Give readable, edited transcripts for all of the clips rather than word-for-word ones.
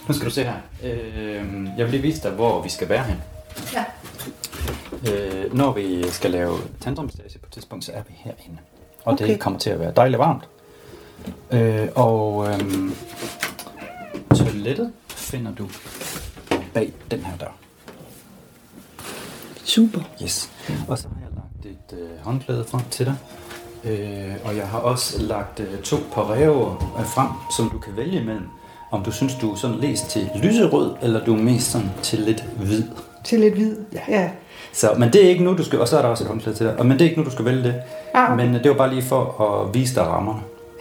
Nu skal du se her. Jeg vil lige vise dig, hvor vi skal være hen. Ja. Når vi skal lave tantramassage på et tidspunkt, så er vi herinde. Og okay. Det kommer til at være dejligt varmt. Toilettet finder du bag den her dør. Super. Yes. Og så har jeg lagt et håndklæde frem til dig. Og jeg har også lagt 2 parreoer frem, som du kan vælge imellem. Om du synes, du er sådan læst til lyserød, eller du er mest sådan til lidt hvid. Til lidt hvid, ja. Så, men det er ikke nu, du skal... Og så er der også et håndklæde til dig. Men det er ikke nu, du skal vælge det. Ah, okay. Men det var bare lige for at vise dig rammerne. Ja.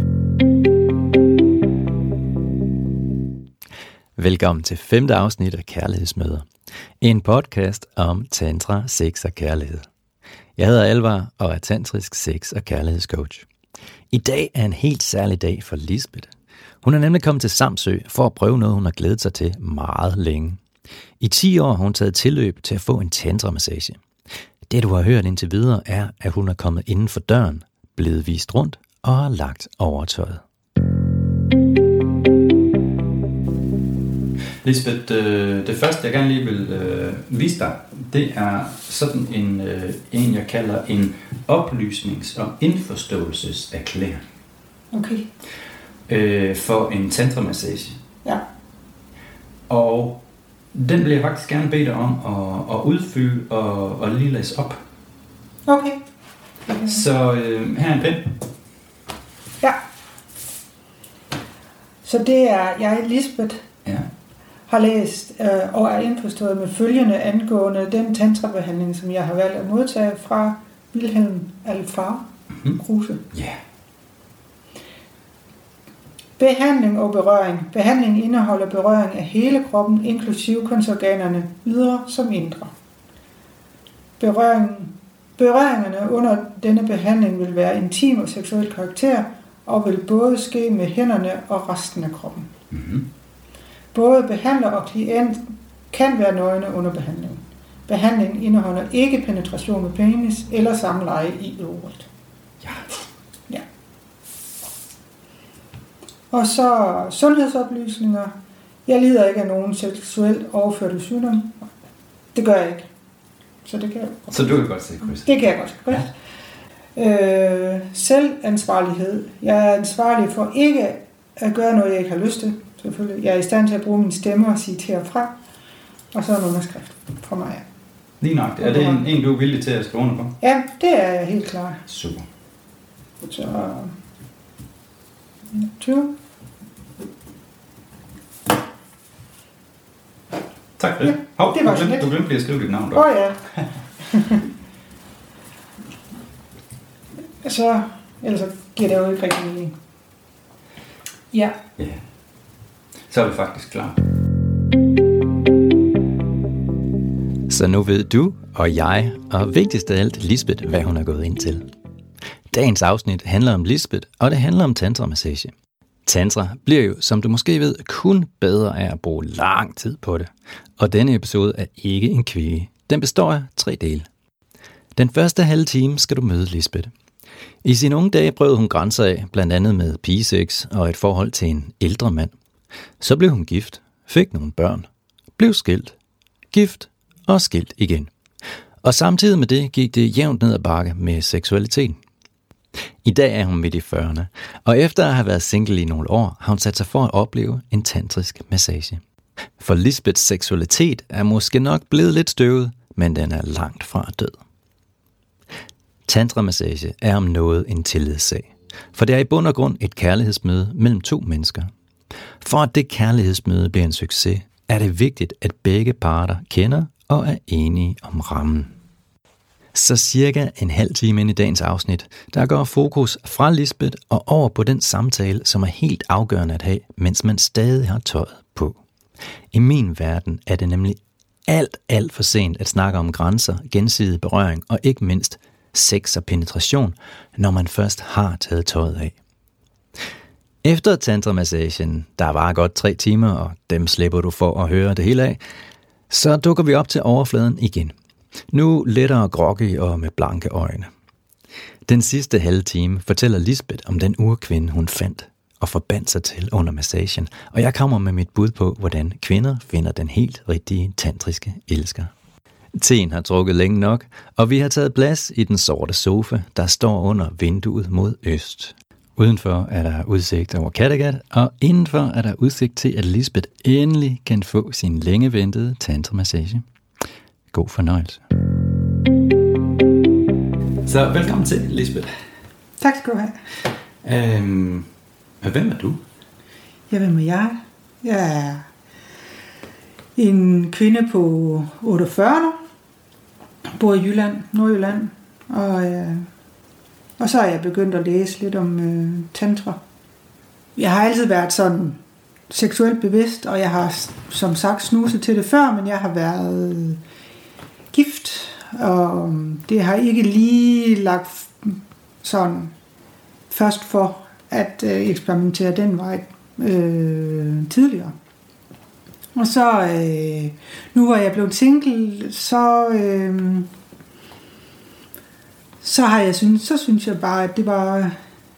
Velkommen til 5. afsnit af Kærlighedsmøder. En podcast om tantra, sex og kærlighed. Jeg hedder Alvar og er tantrisk sex- og kærlighedscoach. I dag er en helt særlig dag for Lisbeth. Hun er nemlig kommet til Samsø for at prøve noget, hun har glædet sig til meget længe. I 10 år har hun taget tilløb til at få en tantramassage. Det du har hørt indtil videre er, at hun er kommet inden for døren, blevet vist rundt og har lagt overtøjet. Lisbeth, det første jeg gerne lige vil vise dig, det er sådan en jeg kalder en oplysnings- og indforståelseserklæring. Okay. For en tantramassage. Ja. Og den vil jeg faktisk gerne bede dig om at udfylde og lige læse op. Okay. Så her er en pen. Ja. Så det er jeg, Lisbeth, har læst og er indforstået med følgende angående den tantrabehandling, som jeg har valgt at modtage fra Wilhelm Alfar Kruse. Ja. Yeah. Behandling og berøring. Behandlingen indeholder berøring af hele kroppen, inklusive kønsorganerne, ydre som indre. Berøringerne under denne behandling vil være intim og seksuel karakter, og vil både ske med hænderne og resten af kroppen. Mm-hmm. Både behandler og klient kan være nøgne under behandlingen. Behandlingen indeholder ikke penetration med penis eller samleje i øvrigt. Ja. Og så sundhedsoplysninger. Jeg lider ikke af nogen seksuelt overførte sygdom. Det gør jeg ikke. Så det kan jeg godt. Så du kan godt se, Chris. Det kan jeg godt. Ja. Selvansvarlighed. Jeg er ansvarlig for ikke at gøre noget, jeg ikke har lyst til. Selvfølgelig. Jeg er i stand til at bruge min stemme og sige til og fra. Og så en underskrift fra mig. Lige nok. Er det en, du er villig til at skrive under på? Ja, det er jeg helt klar. Super. Så 20. Tak for det. Ja, det var så lidt. Du glemte lige at skrive dit navn. Ja. Så, ellers giver det jo ikke rigtig mening. Ja. Ja. Så er vi faktisk klar. Så nu ved du og jeg, og vigtigst af alt Lisbeth, hvad hun er gået ind til. Dagens afsnit handler om Lisbeth, og det handler om tantramassage. Tantra bliver jo, som du måske ved, kun bedre af at bruge lang tid på det. Og denne episode er ikke en kvikke. Den består af 3 dele. Den første halve time skal du møde Lisbeth. I sine unge dage prøvede hun grænser af, blandt andet med pigesex og et forhold til en ældre mand. Så blev hun gift, fik nogle børn, blev skilt, gift og skilt igen. Og samtidig med det gik det jævnt ned ad bakke med seksualiteten. I dag er hun midt i 40'erne, og efter at have været single i nogle år, har hun sat sig for at opleve en tantrisk massage. For Lisbeths seksualitet er måske nok blevet lidt støvet, men den er langt fra død. Tantramassage er om noget en tillidssag, for det er i bund og grund et kærlighedsmøde mellem 2 mennesker. For at det kærlighedsmøde bliver en succes, er det vigtigt, at begge parter kender og er enige om rammen. Så cirka en halv time ind i dagens afsnit, der går fokus fra Lisbeth og over på den samtale, som er helt afgørende at have, mens man stadig har tøjet på. I min verden er det nemlig alt for sent at snakke om grænser, gensidig berøring og ikke mindst sex og penetration, når man først har taget tøjet af. Efter tantramassagen, der var godt 3 timer, og dem slipper du for at høre det hele af, så dukker vi op til overfladen igen. Nu lettere groggy og med blanke øjne. Den sidste halve time fortæller Lisbeth om den urkvinde, hun fandt, og forbandt sig til under massagen, og jeg kommer med mit bud på, hvordan kvinder finder den helt rigtige tantriske elsker. Teen har drukket længe nok, og vi har taget plads i den sorte sofa, der står under vinduet mod øst. Udenfor er der udsigt over Kattegat, og indenfor er der udsigt til, at Lisbeth endelig kan få sin længe ventede tantramassage. God fornøjelse. Så velkommen til, Lisbeth. Tak skal du have. Hvem er du? Ja, hvem er jeg? Jeg er en kvinde på 48, bor i Jylland, Nordjylland, og så er jeg begyndt at læse lidt om tantra. Jeg har altid været sådan seksuelt bevidst, og jeg har som sagt snuset til det før, men jeg har været gift, og det har ikke lige lagt sådan først for at eksperimentere den vej tidligere. Og så nu hvor jeg blev single, så synes jeg bare, at det var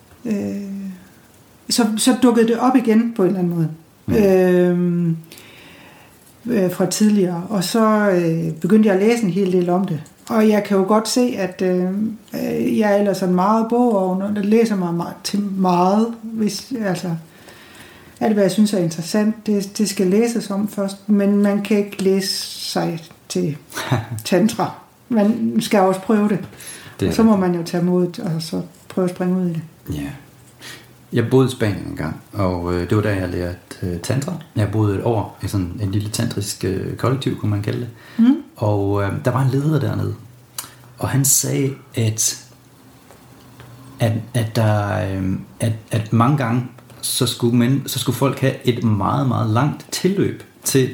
så dukkede det op igen på en eller anden måde fra tidligere, og så begyndte jeg at læse en hel del om det. Og jeg kan jo godt se, at jeg er ellers en meget bogoven, og der læser mig til meget, hvis altså alt hvad jeg synes er interessant, det skal læses om først, men man kan ikke læse sig til tantra. Man skal også prøve det. Og så må man jo tage modet og så prøve at springe ud i det. Ja. Jeg boede i Spanien en gang, og det var da jeg lærte tantra. Jeg boede et år i sådan en lille tantrisk kollektiv, kunne man kalde det. Og der var en leder dernede, og han sagde, at mange gange så skulle folk have et meget, meget langt tilløb til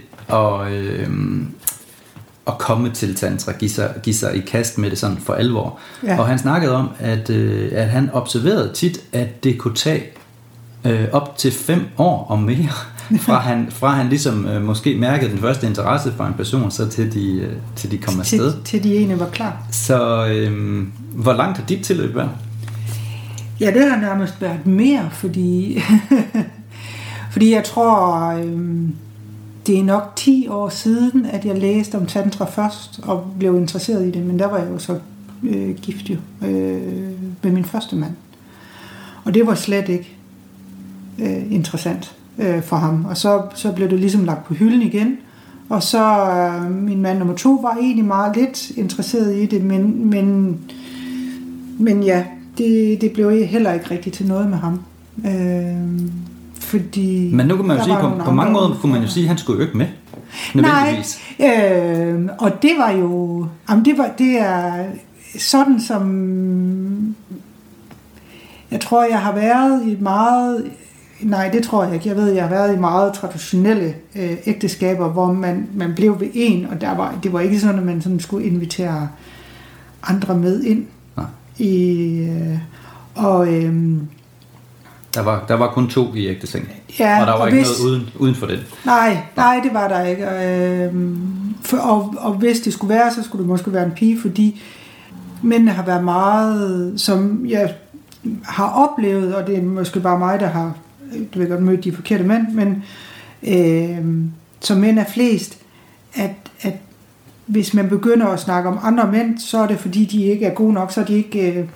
at komme til tantra, give sig i kast med det sådan for alvor. Ja. Og han snakkede om, at han observerede tit, at det kunne tage op til 5 år og mere, fra han ligesom måske mærkede den første interesse for en person, så til de kom afsted. Til de egentlig var klar. Så hvor langt har dit tilløb været? Ja, det har nærmest været mere, fordi jeg tror, det er nok 10 år siden, at jeg læste om tantra først, og blev interesseret i det, men der var jeg jo så gift jo, med min første mand. Og det var slet ikke interessant for ham. Og så blev det ligesom lagt på hylden igen, og så min mand nummer 2 var egentlig meget lidt interesseret i det, men ja, det blev heller ikke rigtigt til noget med ham. Fordi men nu kan man jo sige, på mange måder kunne man jo sige, at han skulle jo ikke med. Nødvendigvis. Nej, og det var jo, det er sådan som, jeg tror, jeg har været i meget, nej, det tror jeg ikke. Jeg ved, jeg har været i meget traditionelle ægteskaber, hvor man blev ved en, og det var ikke sådan, at man sådan skulle invitere andre med ind. Der var kun 2 i ægtesengen, ja, og der var ikke noget uden for det. Nej, det var der ikke. Og hvis det skulle være, så skulle det måske være en pige, fordi mændene har været meget, som jeg har oplevet, og det er måske bare mig, der har mødt de forkerte mænd, men som mænd er flest, at hvis man begynder at snakke om andre mænd, så er det fordi, de ikke er gode nok, så er de ikke...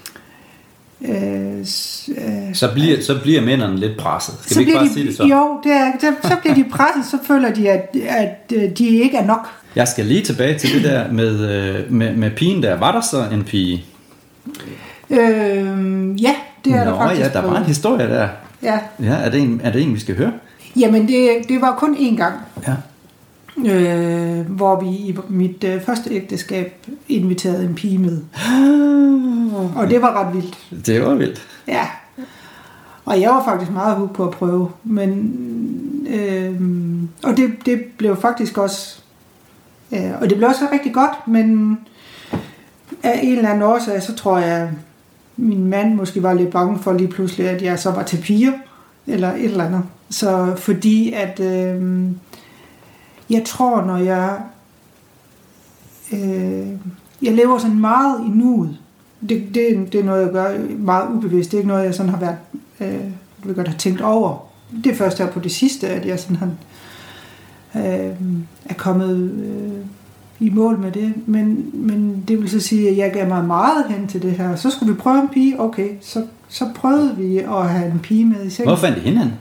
Så bliver mændene lidt presset. Skal vi ikke bare sige det så? Jo, så bliver de presset, så føler de, at de ikke er nok. Jeg skal lige tilbage til det der med pigen der. Var der så en pige? Ja, det er der faktisk. Ja, der var en historie der. Ja. Ja, er det en, vi skal høre? Jamen, det var kun én gang. Ja. Hvor vi i mit første ægteskab inviterede en pige med. Og det var ret vildt. Det var vildt. Ja. Og jeg var faktisk meget hooked på at prøve. Men, og det blev faktisk også... og det blev også rigtig godt, men af en eller anden årsag, så tror jeg, min mand måske var lidt bange for lige pludselig, at jeg så var til piger, eller et eller andet. Så fordi at... jeg tror, når jeg lever sådan meget i nuet. Det er noget, jeg gør meget ubevidst. Det er ikke noget, jeg sådan har været vi godt have tænkt over. Det er først her på det sidste, at jeg sådan er kommet i mål med det. Men det vil så sige, at jeg gav mig meget hen til det her. Så skulle vi prøve en pige. Okay, så prøvede vi at have en pige med i sengen. Hvor fandt I hende?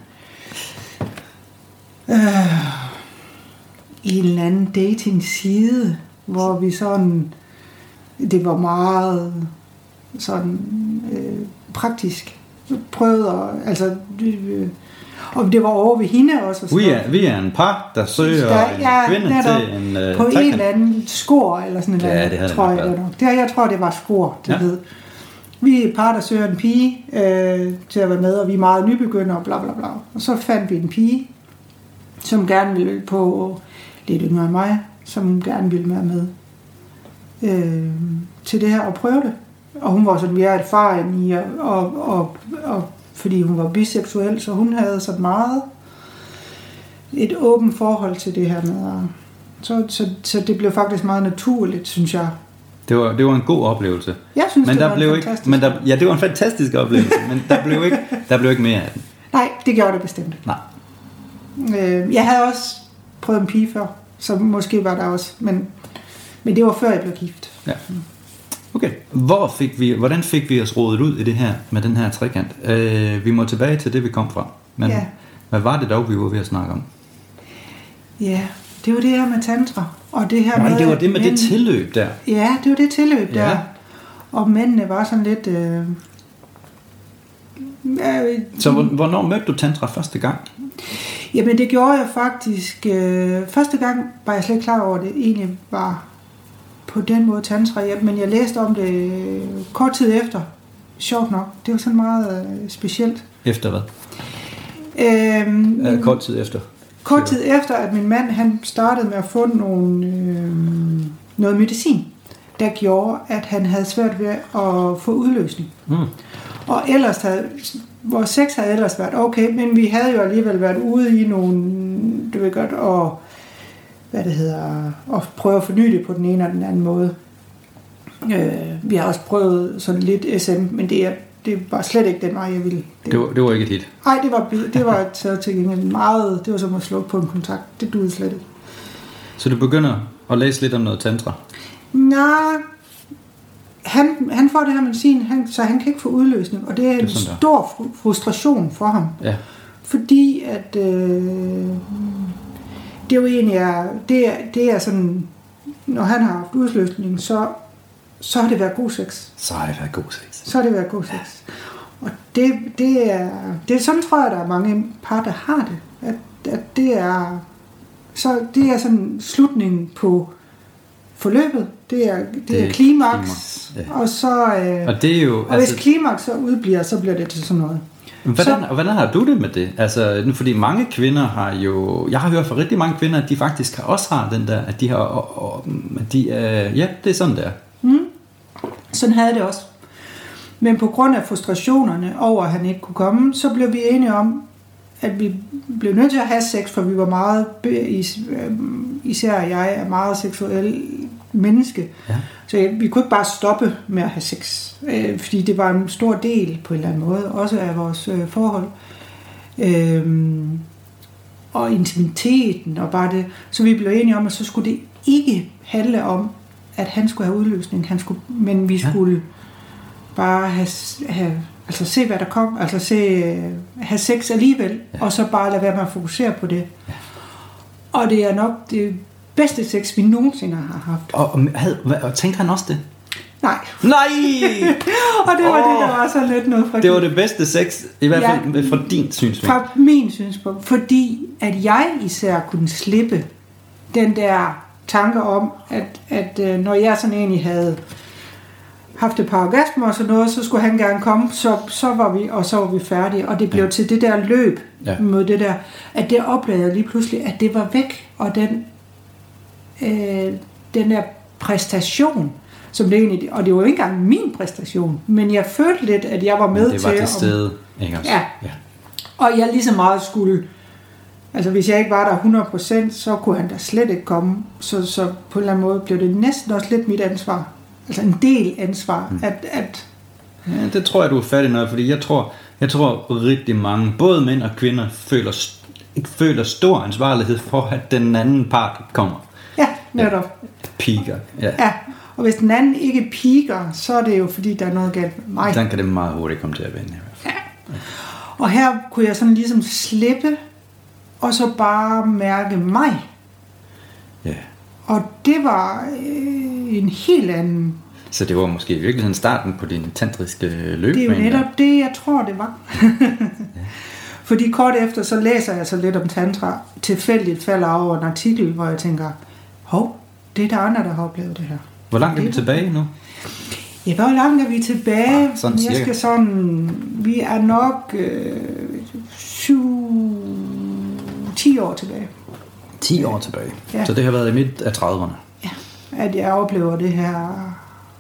I en eller anden dating-side, hvor vi sådan... Det var meget sådan praktisk. Prøvede at... og det var over ved hende også. Vi er en par, der søger en kvinde til en på en eller anden skor, eller sådan noget, det tror jeg. Jeg tror, det var skor, det hed. Vi er et par, der søger en pige til at være med, og vi er meget nybegyndere, og bla bla bla. Og så fandt vi en pige, som gerne ville på lidt yngre end mig, som gerne ville være med til det her og prøve det. Og hun var sådan mere erfaren i, og fordi hun var biseksuel, så hun havde sådan meget et åbent forhold til det her med. Så det blev faktisk meget naturligt, synes jeg. Det var en god oplevelse. Jeg synes, men det var en fantastisk. Det var en fantastisk oplevelse, men der blev ikke mere af den. Nej, det gjorde det bestemt. Nej. Jeg havde også prøvet en pige før, så måske var der også, men det var før jeg blev gift. Ja. Okay. Hvordan fik vi os rodet ud i det her med den her trekant? Vi må tilbage til det, vi kom fra. Men hvad var det dog, vi var ved at snakke om? Ja, det var det her med tantra. Og det her med, det var det med det tilløb der. Ja, det var det tilløb der. Og mændene var sådan lidt... Så hvornår mødte du tantra første gang? Jamen det gjorde jeg faktisk... første gang var jeg slet ikke klar over, det egentlig var på den måde tantra. Men jeg læste om det kort tid efter. Sjovt nok. Det var sådan meget specielt. Efter hvad? Kort tid efter? Kort tid efter, at min mand han startede med at få noget medicin, der gjorde, at han havde svært ved at få udløsning. Og ellers vores sex havde ellers været okay, men vi havde jo alligevel været ude i nogle, du ved godt, og prøve at forny det på den ene og den anden måde. Vi har også prøvet sådan lidt SM, men det var slet ikke den vej, jeg ville. Det var ikke et hit? Nej, det var så til gengæld meget, det var som at slukke på en kontakt. Det duede slet ikke. Så du begynder at læse lidt om noget tantra? Nej, han får det her medicin, så han kan ikke få udløsning, og det er en stor frustration for ham. Ja. Fordi at det er jo egentlig det er sådan, når han har haft udløsning, så har det været god sex. Så har det været god sex. Og det er sådan, tror jeg, der er mange par, der har det. At det er sådan slutningen på forløbet. Det er klimaks. Ja. Og så og det er jo, og hvis klimaks så udbliver, så bliver det til sådan noget. Hvordan har du det med det? Altså, fordi mange kvinder har jo... Jeg har hørt fra rigtig mange kvinder, at de faktisk også har den der, at de har... ja, det er sådan der. Sådan havde det også. Men på grund af frustrationerne over, at han ikke kunne komme, så blev vi enige om, at vi blev nødt til at have sex, for vi var meget... Især jeg er meget seksuel menneske. Ja. Så vi kunne ikke bare stoppe med at have sex. Fordi det var en stor del på en eller anden måde, også af vores forhold. Og intimiteten og bare det. Så vi blev enige om, at så skulle det ikke handle om, at han skulle have udløsning. Men vi skulle bare have altså se, hvad der kom. Altså have sex alligevel. Ja. Og så bare lade være med at fokusere på det. Ja. Og det er nok det bedste sex, vi nogensinde har haft. Og tænkte han også det? Nej. Og det var det, der var så lidt noget fra. Det var det bedste sex, i hvert fald fra din synspunkt. Fra min synspunkt. Fordi at jeg især kunne slippe den der tanke om, at når jeg sådan egentlig havde haft et par orgasmer og sådan noget, så skulle han gerne komme, så var vi færdige. Og det blev til det der løb mod det der, at det oplevede jeg lige pludselig, at det var væk. Og den der præstation, som det egentlig, og det var jo ikke engang min præstation, men jeg følte lidt, at jeg var med til... Det var til stede, ikke også? Ja. Og jeg lige så meget skulle... Altså hvis jeg ikke var der 100%, så kunne han da slet ikke komme. Så på en eller anden måde blev det næsten også lidt mit ansvar. Altså en del ansvar, Ja, det tror jeg, du er fat i noget, fordi jeg tror rigtig mange, både mænd og kvinder, føler stor ansvarlighed for, at den anden part kommer. Ja, netop. Piker. Ja. Ja, og hvis den anden ikke piker, så er det jo fordi, der er noget galt med mig. Den kan det meget hurtigt komme til at vende. Ja. Og her kunne jeg sådan ligesom slippe, og så bare mærke mig. Ja. Og det var en helt anden... Så det var måske i virkeligheden starten på din tantriske løb? Det er jo netop det, jeg tror, det var. Ja. Fordi kort efter, så læser jeg så lidt om tantra. Tilfældigt falder over en artikel, hvor jeg tænker, det er der andre, der har oplevet det her. Hvor langt er vi tilbage nu? Ja, hvor langt er vi tilbage? Sådan jeg skal sådan... Vi er nok 10 år tilbage. 10 år tilbage. Ja. Så det har været i midt af 30'erne. Ja, at jeg oplever det her...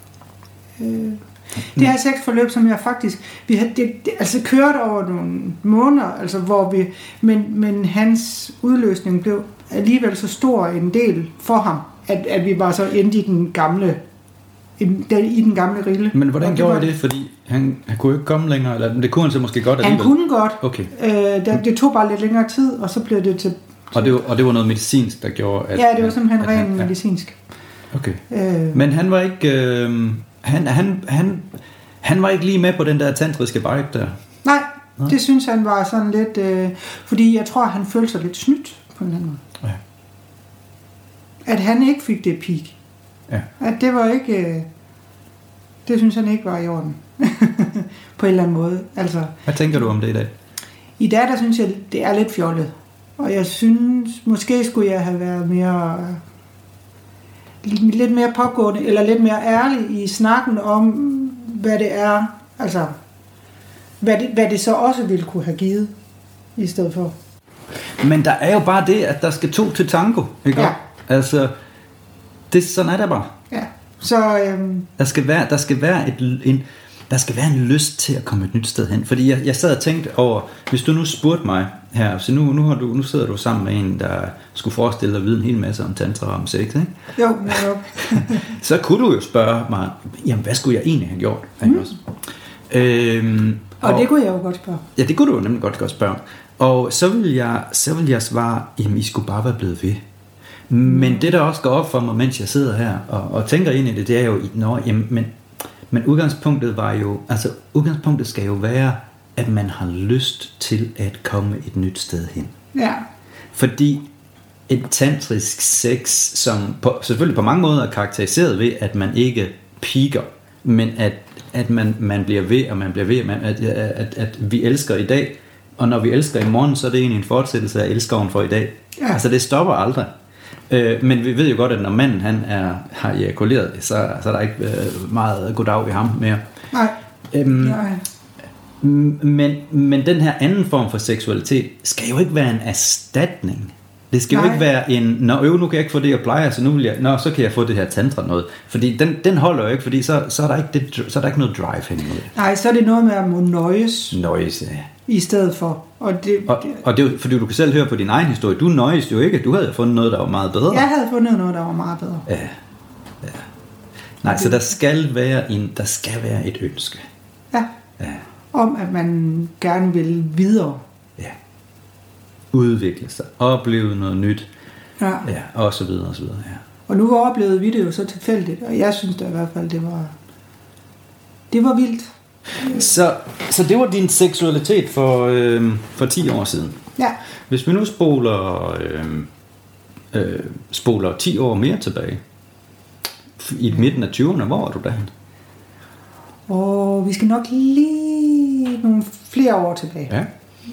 Det her sexforløb, som jeg faktisk... Vi havde det altså kørt over nogle måneder, altså hvor vi... Men hans udløsning blev alligevel så stor en del for ham, at vi bare så endte i den gamle rille. Men hvordan gjorde I det? Fordi han kunne ikke komme længere, eller det kunne han så måske godt alligevel? Han kunne godt. Okay. Det tog bare lidt længere tid, og så blev det til... Og det var noget medicinsk, der gjorde, at... Ja, det var simpelthen rent medicinsk. Okay. Men han var ikke... Han var ikke lige med på den der tantriske bike der. Nej, det synes han var sådan lidt... fordi jeg tror, han følte sig lidt snydt på en eller anden måde. Ja. At han ikke fik det peak. Ja. At det var ikke... det synes han ikke var i orden. På en eller anden måde. Altså, hvad tænker du om det i dag? I dag, der synes jeg, det er lidt fjollet. Og jeg synes, måske skulle jeg have været lidt mere pågående, eller lidt mere ærlig i snakken om, hvad det er, altså, hvad det så også ville kunne have givet, i stedet for. Men der er jo bare det, at der skal 2 til tango, ikke? Ja. Altså, sådan er det bare. Ja, så... Der skal være en lyst til at komme et nyt sted hen. Fordi jeg sad og tænkte over, hvis du nu spurgte mig her, så nu sidder du sammen med en, der skulle forestille dig at vide en hel masse om tantra og om sex, ikke? Jo. Så kunne du jo spørge mig, jamen hvad skulle jeg egentlig have gjort? Også? Og det kunne jeg jo godt spørge. Ja, det kunne du jo nemlig godt spørge. Og så vil jeg svare, jamen I skulle bare være blevet ved. Men det der også går op for mig, mens jeg sidder her og tænker ind i det, det er jo, men udgangspunktet udgangspunktet skal jo være, at man har lyst til at komme et nyt sted hen. Ja. Fordi et tantrisk sex, som selvfølgelig på mange måder er karakteriseret ved, at man ikke piker, men at man bliver ved, og man bliver ved, at vi elsker i dag, og når vi elsker i morgen, så er det egentlig en fortsættelse af elskeren for i dag. Ja. Altså det stopper aldrig. Men vi ved jo godt, at når manden har ejakuleret, så er der ikke meget goddag i ham mere. Nej. Men den her anden form for seksualitet skal jo ikke være en erstatning. Det skal jo ikke være en, nu kan jeg ikke få det, jeg plejer, så så kan jeg få det her tantra noget. Fordi den holder jo ikke, fordi så er der ikke noget drive hen imod det. Nej, så er det noget med at må nøjes. Nøjes, ja. I stedet for. Og det er jo, fordi du kan selv høre på din egen historie, du nøjes jo ikke, du havde fundet noget, der var meget bedre. Jeg havde fundet noget, der var meget bedre. Ja. Nej, så der skal være et ønske. Ja. Om at man gerne vil videre. Ja. Udvikle sig, opleve noget nyt. Ja. Og så videre, og så videre, ja. Og nu oplevede vi det jo så tilfældigt, og jeg synes da i hvert fald, det var vildt. Så det var din seksualitet for 10 år siden. Ja. Hvis vi nu spoler 10 år mere tilbage, i midten af 20'erne, hvor var du da? Og vi skal nok lige nogle flere år tilbage. Ja.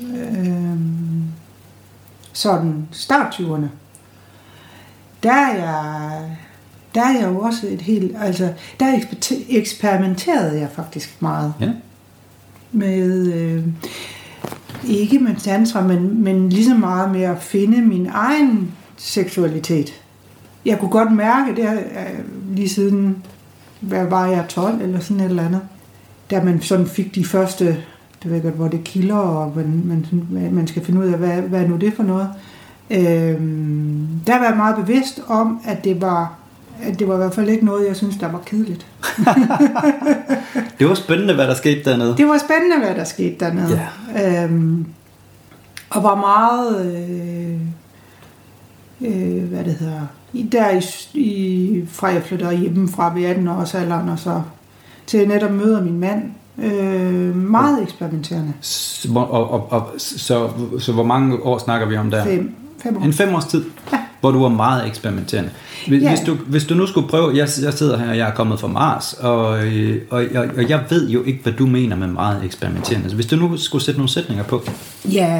Sådan start 20'erne. Der er jeg jo også der eksperimenterede jeg faktisk meget. Ja. Med ikke med tantra, men lige så meget med at finde min egen seksualitet. Jeg kunne godt mærke det lige siden, hvad var jeg, 12 eller sådan et eller andet, da man sådan fik de første, det ved jeg godt, hvor det kilder, og man skal finde ud af, hvad er nu det for noget. Der var jeg meget bevidst om, at det var at det var i hvert fald ikke noget, jeg synes, der var kedeligt. Det var spændende, hvad der skete dernede. Det var spændende, hvad der skete dernede. Ja. Og var meget, hvad det hedder, fra jeg flytter hjemmefra ved 18 års alderen, og så til jeg netop møder min mand. Meget eksperimenterende. Så hvor mange år snakker vi om der? 5 år. En 5 års tid, ja. Hvor du var meget eksperimenterende. Hvis du nu skulle prøve, jeg sidder her, og jeg er kommet fra Mars, og jeg ved jo ikke, hvad du mener med meget eksperimenterende. Så hvis du nu skulle sætte nogle sætninger på. Ja,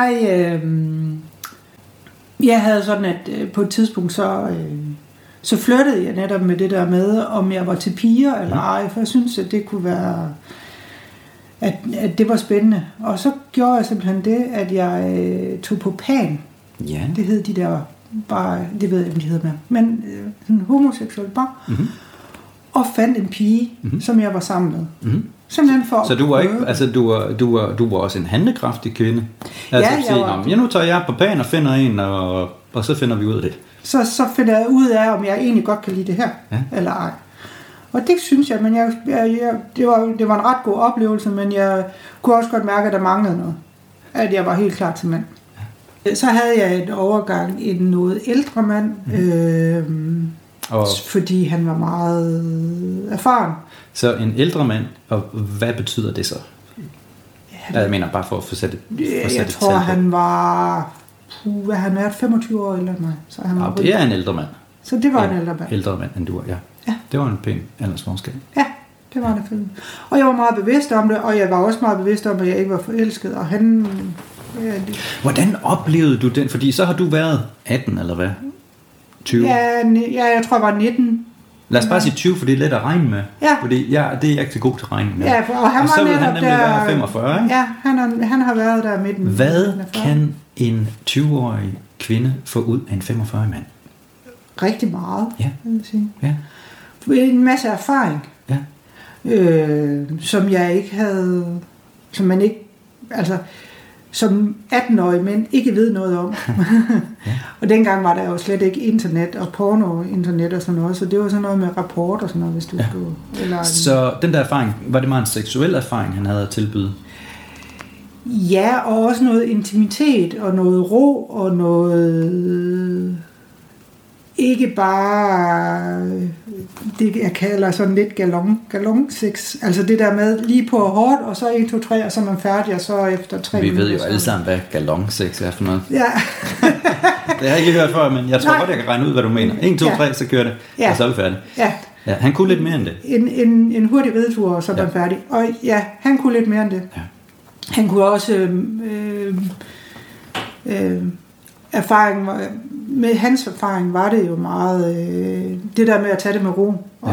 jeg havde sådan, at på et tidspunkt så flyttede jeg netop med det der med, om jeg var til piger eller ej, for jeg synes, at det kunne være, at det var spændende. Og så gjorde jeg simpelthen det, at jeg tog på Pan. Ja. Det hed de der bare, det ved jeg ikke, de hedder mere, men en homoseksuel bar. Mm-hmm. Og fandt en pige, som jeg var sammen med. Mm-hmm. Simpelthen for så du var ikke, altså du var også en handlekraftig kvinde. Altså ja, nu tager jeg på Pan og finder en, og så finder vi ud af det. Så finder jeg ud af, om jeg egentlig godt kan lide det her, eller ej. Og det synes jeg, men det var en ret god oplevelse, men jeg kunne også godt mærke, at der manglede noget. At jeg var helt klar til mand. Så havde jeg en overgang en noget ældre mand, fordi han var meget erfaren. Så en ældre mand, og hvad betyder det så? Jeg mener bare for at få sat det. Jeg tror, han var... han været 25 år ældre end mig. Så han var det er en ældre mand. Så det var en ældre mand. Ældre mand end du var, ja. Det var en pæn aldersforskel. Ja, det var det. Og jeg var meget bevidst om det, og jeg var også meget bevidst om, at jeg ikke var forelsket. Og han... Hvordan oplevede du den? Fordi så har du været 18, eller hvad? 20? Ja, jeg tror, jeg var 19. Lad os bare sige 20, for det er let at regne med. Ja. Fordi det er jeg ikke så god til at regne med. Ja, og han og så var vil han nemlig være 45, ikke? Ja, han har været der midten. Hvad kan en 20-årig kvinde få ud af en 45-årig mand? Rigtig meget, vil jeg sige. Ja. En masse erfaring, som jeg ikke havde, som man ikke, altså som 18-årig mænd ikke ved noget om. Og dengang var der jo slet ikke internet og porno-internet og sådan noget, så det var sådan noget med rapport og sådan noget, hvis du skulle... Eller så den der erfaring, var det meget en seksuel erfaring, han havde at tilbyde? Ja, og også noget intimitet og noget ro og noget... Ikke bare det, jeg kalder sådan lidt galon-sex. Altså det der med lige på hårdt, og så 1, 2, 3, og så er man færdig, og så efter 3 minutter. Vi ved jo alle sammen, hvad galon-sex er for noget. Ja. Det har jeg ikke lige hørt før, men jeg tror godt, jeg kan regne ud, hvad du mener. 1, 2, 3, så kører det, og så er vi færdige. Ja. Ja, han kunne lidt mere end det. En hurtig ridetur, og så er man færdig. Og ja, han kunne lidt mere end det. Ja. Han kunne også... med hans erfaring var det jo meget det der med at tage det med ro,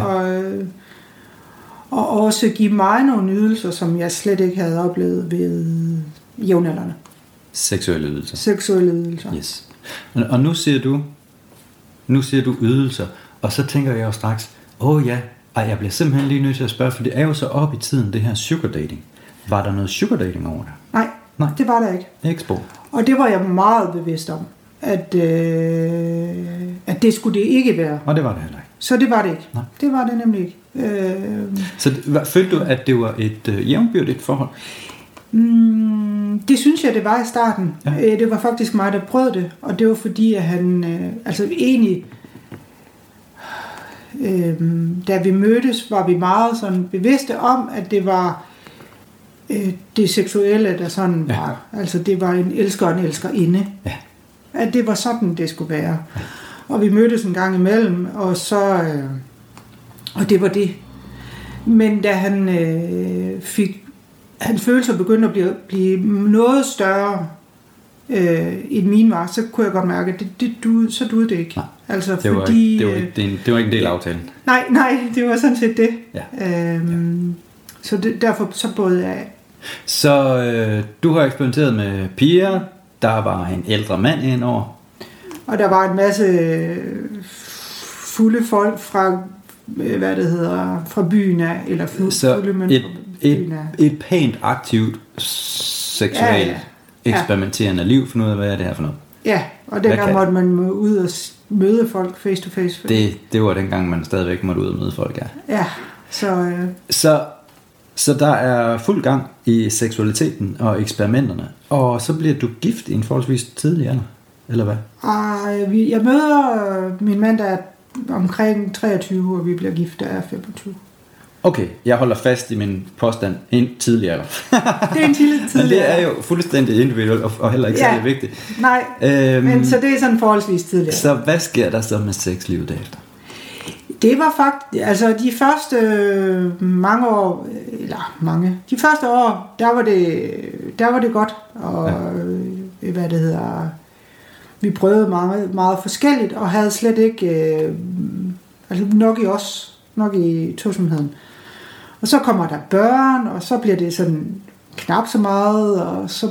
og også give mig nogle ydelser, som jeg slet ikke havde oplevet ved jævnaldrende. Seksuelle ydelser. Seksuelle ydelser. Yes. Og nu siger du ydelser, og så tænker jeg jo straks, jeg bliver simpelthen lige nødt til at spørge, for det er jo så op i tiden, det her sugar dating. Var der noget sugar dating over det? Nej, det var der ikke. Ikke spor. Og det var jeg meget bevidst om, at det skulle det ikke være. Og det var det heller ikke. Så det var det ikke. Nej. Det var det nemlig ikke. Så følte du, at det var et jævnbyrdigt forhold? Det synes jeg, det var i starten. Ja. Det var faktisk mig, der prøvede det. Og det var fordi, at han... egentlig... da vi mødtes, var vi meget sådan bevidste om, at det var... det seksuelle, der sådan var. Altså, det var en elsker og en elskerinde. Ja. At det var sådan, det skulle være. Ja. Og vi mødtes en gang imellem, og så... og det var det. Men da han fik... Hans følelser begyndte at blive noget større end mine var, så kunne jeg godt mærke, at så duede det ikke. Nej. Altså, det var fordi... Det var ikke en del af aftalen. Nej, det var sådan set det. Ja. Så derfor så både jeg... Så du har eksperimenteret med piger, der var en ældre mand indover. Og der var en masse fulde folk fra, fra byen af, eller fulde mænd fra byen af. Et pænt aktivt seksuelt eksperimenterende liv, for noget af, hvad er det her for noget? Ja, og dengang måtte man ud og møde folk face to face. Det var dengang, man stadigvæk måtte ud og møde folk, ja. Ja, Så der er fuld gang i seksualiteten og eksperimenterne, og så bliver du gift i en forholdsvis tidlig alder, eller hvad? Jeg møder min mand, der er omkring 23, og vi bliver gift, der er 25. Okay, jeg holder fast i min påstand en tidlig alder. Det er en tidlig Men det er jo fuldstændig individuelt og heller ikke særlig vigtigt. Nej, men så det er sådan forholdsvis tidligere. Så hvad sker der så med sexlivet derefter? Det var faktisk, altså de første de første år, der var det godt, og vi prøvede meget forskelligt, og havde slet ikke, nok i tosomheden. Og så kommer der børn, og så bliver det sådan knap så meget, og så,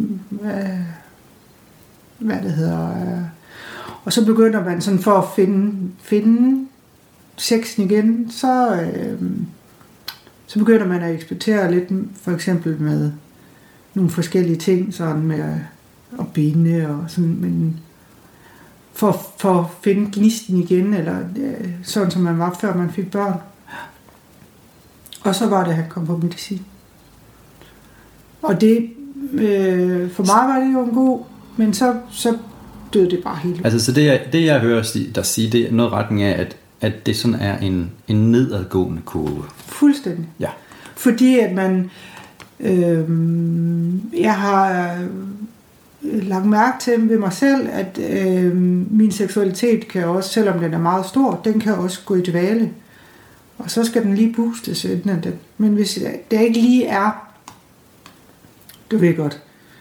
og så begynder man sådan for at finde sexen igen, så begynder man at eksperimentere lidt, for eksempel med nogle forskellige ting, sådan med at binde og sådan, men for at finde gnisten igen, eller sådan som man var, før man fik børn. Og så var det, at han kom på medicin. Og det, for mig var det jo en god, men så døde det bare helt. Altså, så det jeg hører dig sige, det er noget retning af, at det sådan er en nedadgående kurve. Fuldstændig. Ja. Fordi at man, jeg har lagt mærke til ved mig selv, at min seksualitet kan også, selvom den er meget stor, den kan også gå i dvale. Og så skal den lige boostes. Men hvis det ikke lige er, du ved godt,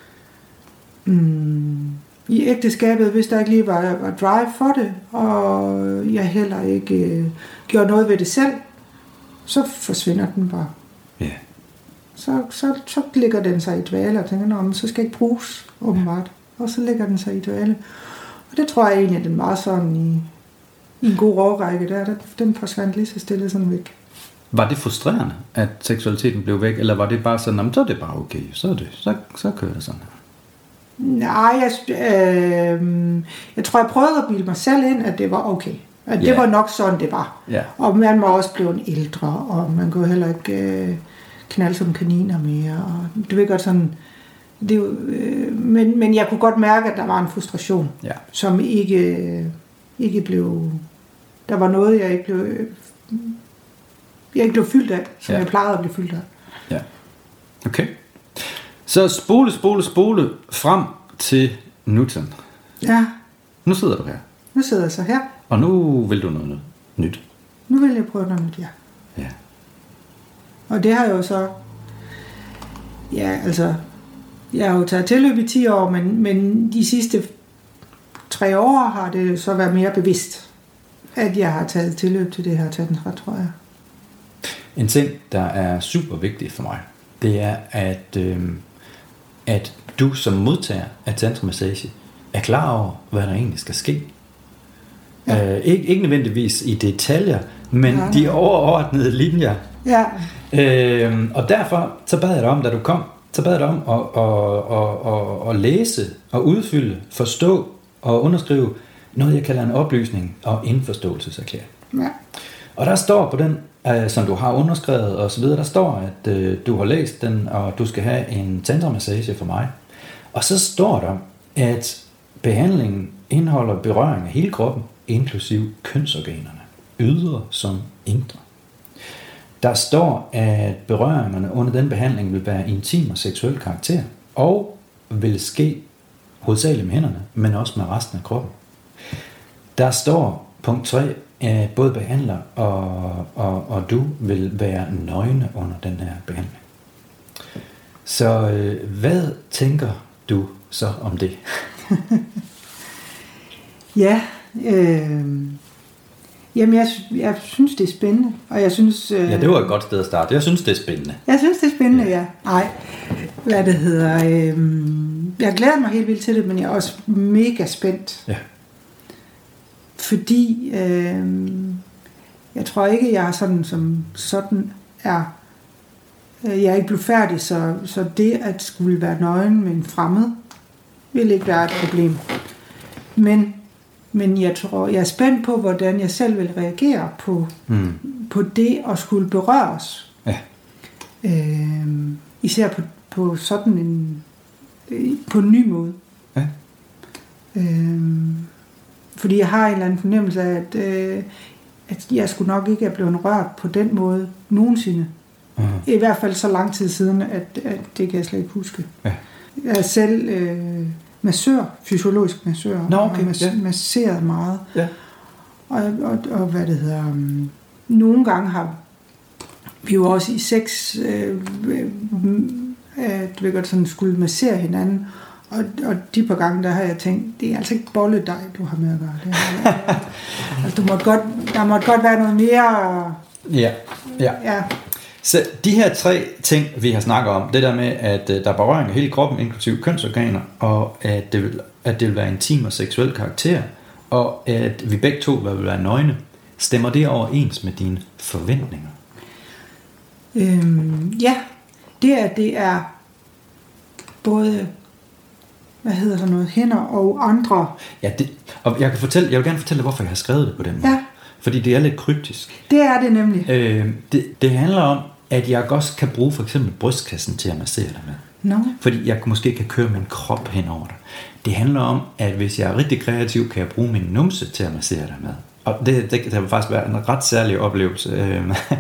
i ægteskabet, hvis der ikke lige var drive for det, og jeg heller ikke gjorde noget ved det selv, så forsvinder den bare. Ja. Så ligger den sig i dvale, og tænker, men så skal jeg ikke bruges, åbenbart. Og så ligger den sig i dvale. Og det tror jeg egentlig, at den var sådan i en god årrække der, den forsvandt lige så stille sådan væk. Var det frustrerende, at seksualiteten blev væk, eller var det bare sådan, så er det bare okay, så kører det sådan her? Nej, jeg tror, jeg prøvede at bilde mig selv ind, at det var okay. At det var nok sådan, det var. Yeah. Og man var også blevet ældre, og man kunne heller ikke knalde som kaniner mere. Og du ved godt sådan, det, men jeg kunne godt mærke, at der var en frustration, som ikke blev. Der var noget, jeg ikke blev fyldt af, som jeg plejede at blive fyldt af. Ja. Okay. Så spole frem til nutiden. Ja. Nu sidder du her. Nu sidder jeg så her. Og nu vil du noget nyt. Nu vil jeg prøve noget nyt, ja. Ja. Og det har jeg jo så. Ja, altså. Jeg har jo taget tilløb i 10 år, men de sidste 3 år har det så været mere bevidst, at jeg har taget tilløb til det her tantra, tror jeg. En ting, der er super vigtig for mig, det er, at du som modtager af tantramassage er klar over, hvad der egentlig skal ske. Ja. Ikke nødvendigvis i detaljer, men de overordnede linjer. Ja. Og derfor så bad jeg dig om, da du kom, så bad jeg dig om at læse og udfylde, forstå og underskrive noget, jeg kalder en oplysning og indforståelseserklæring. Ja. Og der står på den, som du har underskrevet og så videre, der står, at du har læst den, og du skal have en tantramassage for mig. Og så står der, at behandlingen indeholder berøring af hele kroppen, inklusive kønsorganerne, ydre som indre. Der står, at berøringerne under den behandling vil være intim og seksuel karakter, og vil ske hovedsageligt med hænderne, men også med resten af kroppen. Der står punkt 3, at både behandler og du vil være nøgne under den her behandling. Så hvad tænker du så om det? Ja, jamen jeg synes, det er spændende, og jeg synes. Ja, det var et godt sted at starte. Jeg synes, det er spændende. Jeg synes, det er spændende, ja. Nej, hvad det hedder. Jeg glæder mig helt vildt til det, men jeg er også mega spændt. Ja. Fordi jeg tror ikke, jeg er sådan er. Jeg er ikke blevet færdig, så det at skulle være nøgen med en fremmed vil ikke være et problem. Men jeg tror, jeg er spændt på, hvordan jeg selv vil reagere på det at skulle berøres. Ja. Især på sådan på en ny måde. Ja. Fordi jeg har en eller anden fornemmelse af, at jeg skulle nok ikke have blevet rørt på den måde nogensinde. I hvert fald så lang tid siden, at det kan jeg slet ikke huske. Ja. Jeg er selv massør, fysiologisk massør, og masseret meget. Ja. Og hvad det hedder, nogle gange har vi jo også i sex du ved godt, sådan skulle massere hinanden, og de par gange, der har jeg tænkt, det er altså ikke bolledej, du har med at gøre det. Altså, der måtte godt være noget mere. Ja. Så de her 3 ting, vi har snakket om, det der med, at der er berøring af hele kroppen, inklusive kønsorganer, og at det vil være intim og seksuel karakter, og at vi begge to vil være nøgne, stemmer det overens med dine forventninger? Ja, det er både, hænder og andre. Ja, og jeg vil gerne fortælle dig, hvorfor jeg har skrevet det på den måde. Ja. Fordi det er lidt kryptisk. Det er det nemlig. Det handler om, at jeg også kan bruge for eksempel brystkassen til at massere dig med. No. Fordi jeg måske kan køre min krop hen over dig. Det handler om, at hvis jeg er rigtig kreativ, kan jeg bruge min numse til at massere dig med. Og det vil faktisk være en ret særlig oplevelse.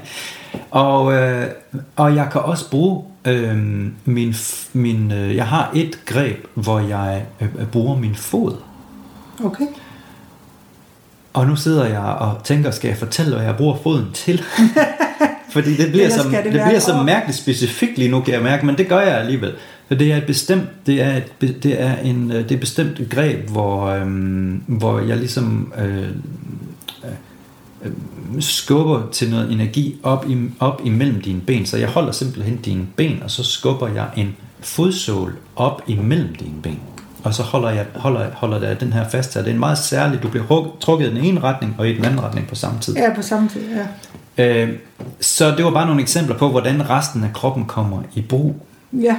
Og jeg kan også bruge jeg har et greb, hvor jeg bruger min fod. Okay. Og nu sidder jeg og tænker, skal jeg fortælle, hvad jeg bruger foden til? Fordi det bliver så mærkeligt specifikt lige nu, kan jeg mærke, men det gør jeg alligevel. For det er et bestemt greb, hvor jeg ligesom skubber til noget energi op imellem dine ben. Så jeg holder simpelthen dine ben, og så skubber jeg en fodsål op imellem dine ben. Og så holder jeg den her fast her. Det er en meget særlig, du bliver trukket i den ene retning og i den anden retning på samme tid. Ja, på samme tid, ja. Så det var bare nogle eksempler på, hvordan resten af kroppen kommer i brug. Ja.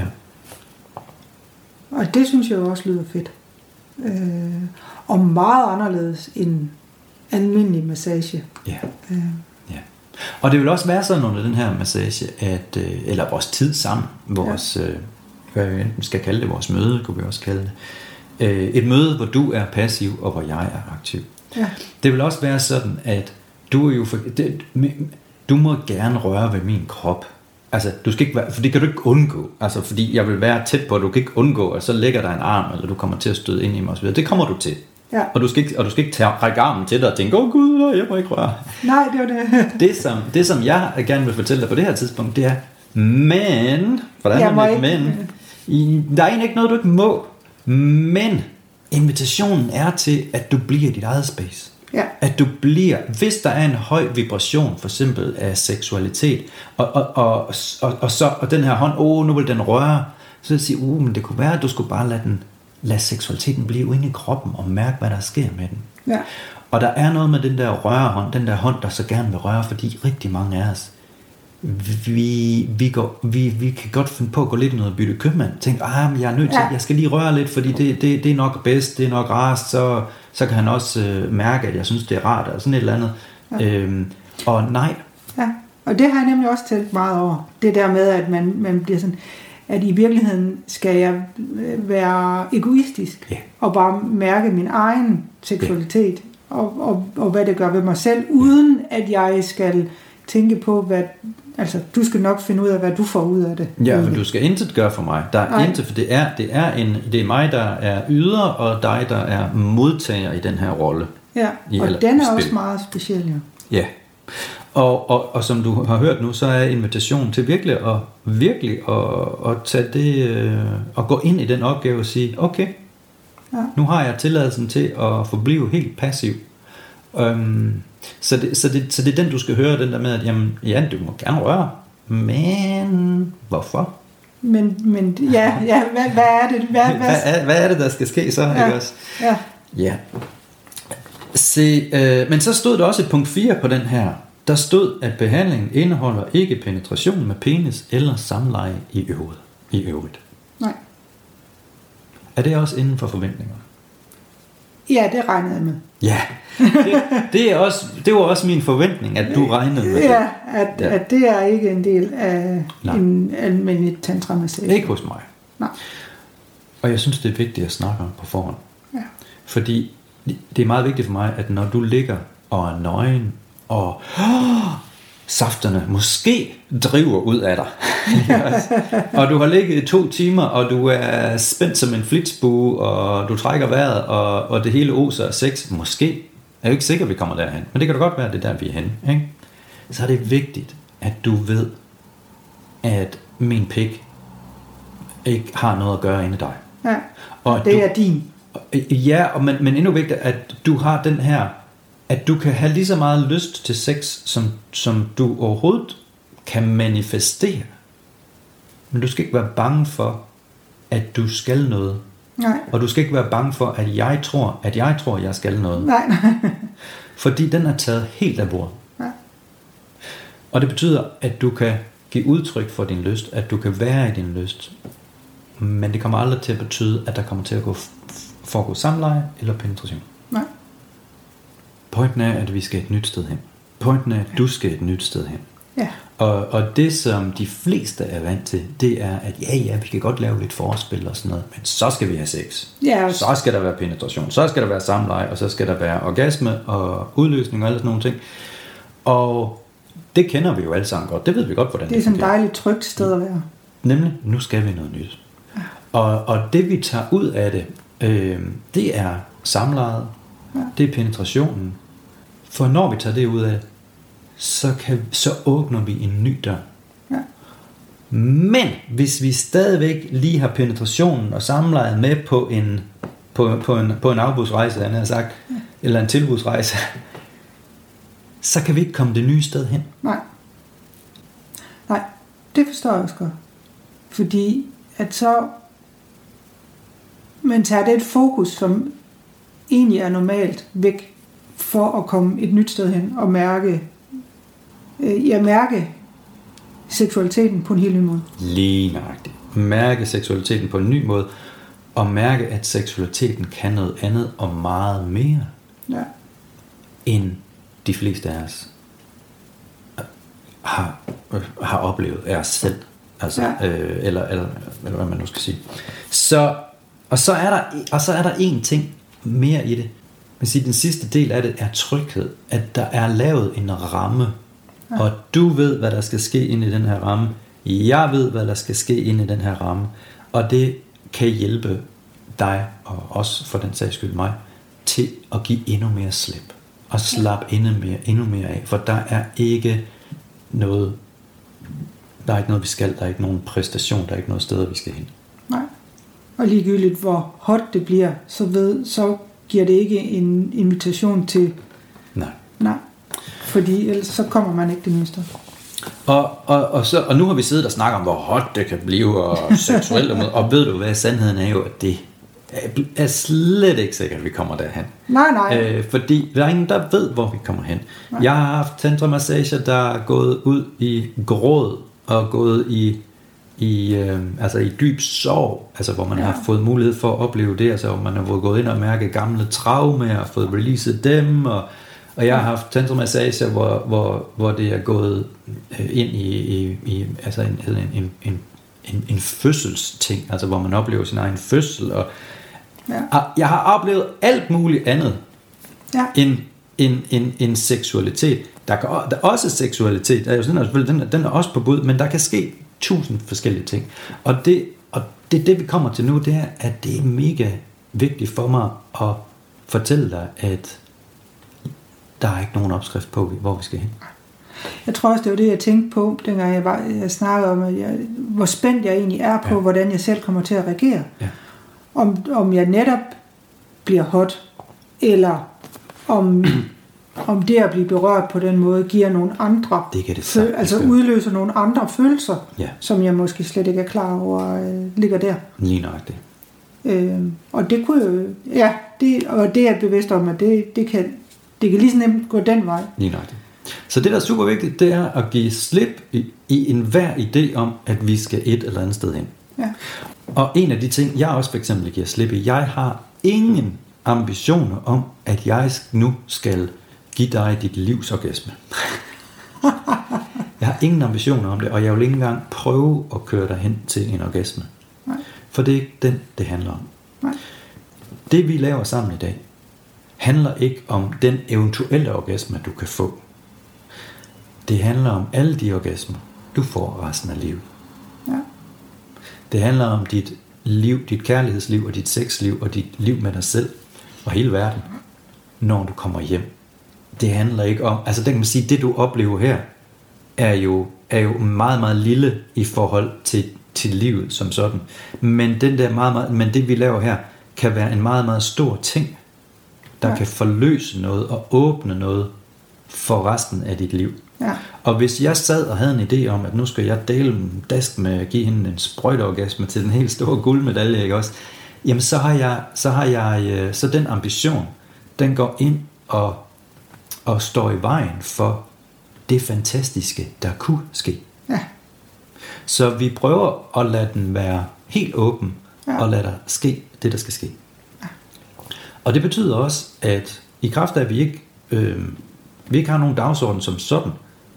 Og det synes jeg jo også lyder fedt. Og meget anderledes end almindelig massage. Ja. Og det vil også være sådan under den her massage, at, eller vores tid sammen, hvad vi enten skal kalde det, vores møde, kunne vi også kalde det. Et møde, hvor du er passiv, og hvor jeg er aktiv. Ja. Det vil også være sådan, at du må gerne røre ved min krop. Altså, du skal ikke være, for det kan du ikke undgå. Altså, fordi jeg vil være tæt på, du kan ikke undgå, at så lægger der en arm, eller du kommer til at støde ind i mig osv. Det kommer du til. Ja. Og du skal ikke række armen til dig og tænke, gud, jeg må ikke røre. Nej, det var det. Det som jeg gerne vil fortælle dig på det her tidspunkt, det er, men, hvordan er det men? Der er egentlig ikke noget, du ikke må, men invitationen er til, at du bliver dit eget space. Ja. At du bliver, hvis der er en høj vibration, for eksempel af seksualitet, og den her hånd, nu vil den røre, så vil jeg sige, men det kunne være, at du skulle bare lade seksualiteten blive inde i kroppen, og mærke, hvad der sker med den. Ja. Og der er noget med den der rørehånd, den der hånd, der så gerne vil røre, fordi rigtig mange af os, vi kan godt finde på at gå lidt i noget bytte købmand. Tænk, men jeg er nødt til, jeg skal lige røre lidt, fordi det er nok bedst, det er nok rarest, så kan han også mærke, at jeg synes, det er rart, eller sådan et eller andet. Ja. Og nej. Ja, og det har jeg nemlig også tænkt meget over. Det der med, at man bliver sådan, at i virkeligheden skal jeg være egoistisk, og bare mærke min egen seksualitet, og hvad det gør ved mig selv, uden at jeg skal tænke på, hvad, altså du skal nok finde ud af, hvad du får ud af det. Ja, men du skal intet gøre for mig. Der er intet, for det er mig, der er yder, og dig, der er modtager i den her rolle. Ja, og den er også meget speciel, jo. Ja. Og som du har hørt nu, så er invitationen til virkelig at tage det og gå ind i den opgave og sige, okay, nu har jeg tilladelsen til at forblive helt passiv. Så det er den, du skal høre, den der med, at jamen, ja, du må gerne røre, men hvorfor? Men hvad er det? Hvad er det, der skal ske så? Ikke også? Ja. Men så stod der også et punkt 4 på den her. Der stod, at behandlingen indeholder ikke penetration med penis eller samleje i øvrigt. Nej. Er det også inden for forventninger? Ja, det regnede jeg med. Ja, det var også min forventning, at du regnede med det. Ja, at det er ikke en del af en almindelig tantramassage. Ikke hos mig. Nej. Og jeg synes, det er vigtigt at snakke om på forhånd. Ja. Fordi det er meget vigtigt for mig, at når du ligger og er nøgen, og safterne måske driver ud af dig, og du har ligget i 2 timer, og du er spændt som en flitsbue, og du trækker vejret, og det hele oser af sex, måske, jeg er jo ikke sikker, at vi kommer derhen, men det kan da godt være, at det er der, vi er henne, ikke? Så er det vigtigt, at du ved, at min pik ikke har noget at gøre inde i dig. Ja, og det er din. Ja, men endnu vigtigere, at du har den her, at du kan have lige så meget lyst til sex, som du overhovedet kan manifestere. Men du skal ikke være bange for, at du skal noget. Nej. Og du skal ikke være bange for, at jeg tror, at jeg skal noget. Nej. Fordi den er taget helt af bordet. Ja. Og det betyder, at du kan give udtryk for din lyst, at du kan være i din lyst. Men det kommer aldrig til at betyde, at der kommer til at foregå samleje eller penetration. Nej. Pointen er, at vi skal et nyt sted hen. Pointen er, at du skal et nyt sted hen. Ja. Og det, som de fleste er vant til, det er, at ja, vi kan godt lave lidt forspil og sådan noget, men så skal vi have sex. Ja. Så skal der være penetration, så skal der være samleje, og så skal der være orgasme og udløsning og alle sådan nogle ting. Og det kender vi jo alle sammen godt. Det ved vi godt, hvordan det er sådan et dejligt trygt sted at være. Nemlig, nu skal vi noget nyt. Og det vi tager ud af det, det er samlejet, det er penetrationen. For når vi tager det ud af, så åbner vi en ny dør. Ja. Men hvis vi stadigvæk lige har penetrationen og samlejet med på en afbudsrejse, han har sagt, eller en tilbudsrejse, så kan vi ikke komme det nye sted hen. Nej, det forstår jeg også godt. Fordi at så man tager det et fokus, som egentlig er normalt væk, for at komme et nyt sted hen og mærke seksualiteten på en helt ny måde. Lige nøjagtigt. Mærke seksualiteten på en ny måde, og mærke, at seksualiteten kan noget andet og meget mere, end de fleste af os har oplevet af os selv. Altså, eller hvad man nu skal sige. Så er der en ting mere i det. Man siger, den sidste del af det er tryghed. At der er lavet en ramme. Ja. Og du ved, hvad der skal ske inde i den her ramme. Jeg ved, hvad der skal ske inde i den her ramme. Og det kan hjælpe dig, og også for den sags skyld mig, til at give endnu mere slip. Og slappe endnu mere af. For der er ikke noget, vi skal. Der er ikke nogen præstation. Der er ikke noget sted, vi skal hen. Nej. Og ligegyldigt hvor hot det bliver, så giver det ikke en invitation til nej. Fordi ellers så kommer man ikke det nye sted. Og nu har vi siddet og snakket om, hvor hot det kan blive, og seksuelt, og ved du hvad, sandheden er jo, at det er slet ikke sikkert, at vi kommer derhen. Nej. Fordi der er ingen, der ved, hvor vi kommer hen. Nej. Jeg har haft tantramassager, der er gået ud i gråd, og gået i dyb sorg, altså hvor man har fået mulighed for at opleve det, altså hvor man har fået gået ind og mærket gamle traumer og fået releaset dem, og jeg har haft tantramassager, hvor det er gået ind i altså en fødselsting, altså hvor man oplever sin egen fødsel, og jeg har oplevet alt muligt andet end seksualitet. Der er også seksualitet, den er også på bud, men der kan ske 1000 forskellige ting. Og det vi kommer til nu, det er, at det er mega vigtigt for mig at fortælle dig, at der er ikke nogen opskrift på, hvor vi skal hen. Jeg tror også, det var det, jeg tænkte på, dengang jeg snakkede om, hvor spændt jeg egentlig er på, hvordan jeg selv kommer til at reagere. Ja. Om jeg netop bliver hot, eller om det at blive berørt på den måde giver nogle andre, udløser nogle andre følelser, som jeg måske slet ikke er klar over ligger der. Lige nok det. Og det kunne jo, og det er jeg bevidst om, at det kan lige så nemt gå den vej. Lige nok det. Så det, der er super vigtigt, det er at give slip i enhver idé om, at vi skal et eller andet sted hen. Ja. Og en af de ting, jeg også for eksempel giver slip i, jeg har ingen ambitioner om, at jeg nu skal give dig dit livsorgasme. Jeg har ingen ambitioner om det, og jeg vil ikke engang prøve at køre dig hen til en orgasme. Nej. For det er ikke den, det handler om. Nej. Det vi laver sammen i dag, handler ikke om den eventuelle orgasme, du kan få. Det handler om alle de orgasmer, du får resten af livet. Ja. Det handler om dit liv, dit kærlighedsliv og dit sexliv og dit liv med dig selv og hele verden, når du kommer hjem. Det handler ikke om, altså det kan man sige, det du oplever her, er jo meget, meget lille i forhold til livet som sådan. Men men det vi laver her, kan være en meget, meget stor ting, der kan forløse noget og åbne noget for resten af dit liv. Ja. Og hvis jeg sad og havde en idé om, at nu skal jeg dele en dask med at give hende en sprøjteorgasme til den helt store guldmedalje, ikke også? Jamen så den ambition, den går ind og står i vejen for det fantastiske, der kunne ske. Ja. Så vi prøver at lade den være helt åben, og lade der ske det, der skal ske. Ja. Og det betyder også, at i kraft af, at vi ikke har nogen dagsorden som sådan,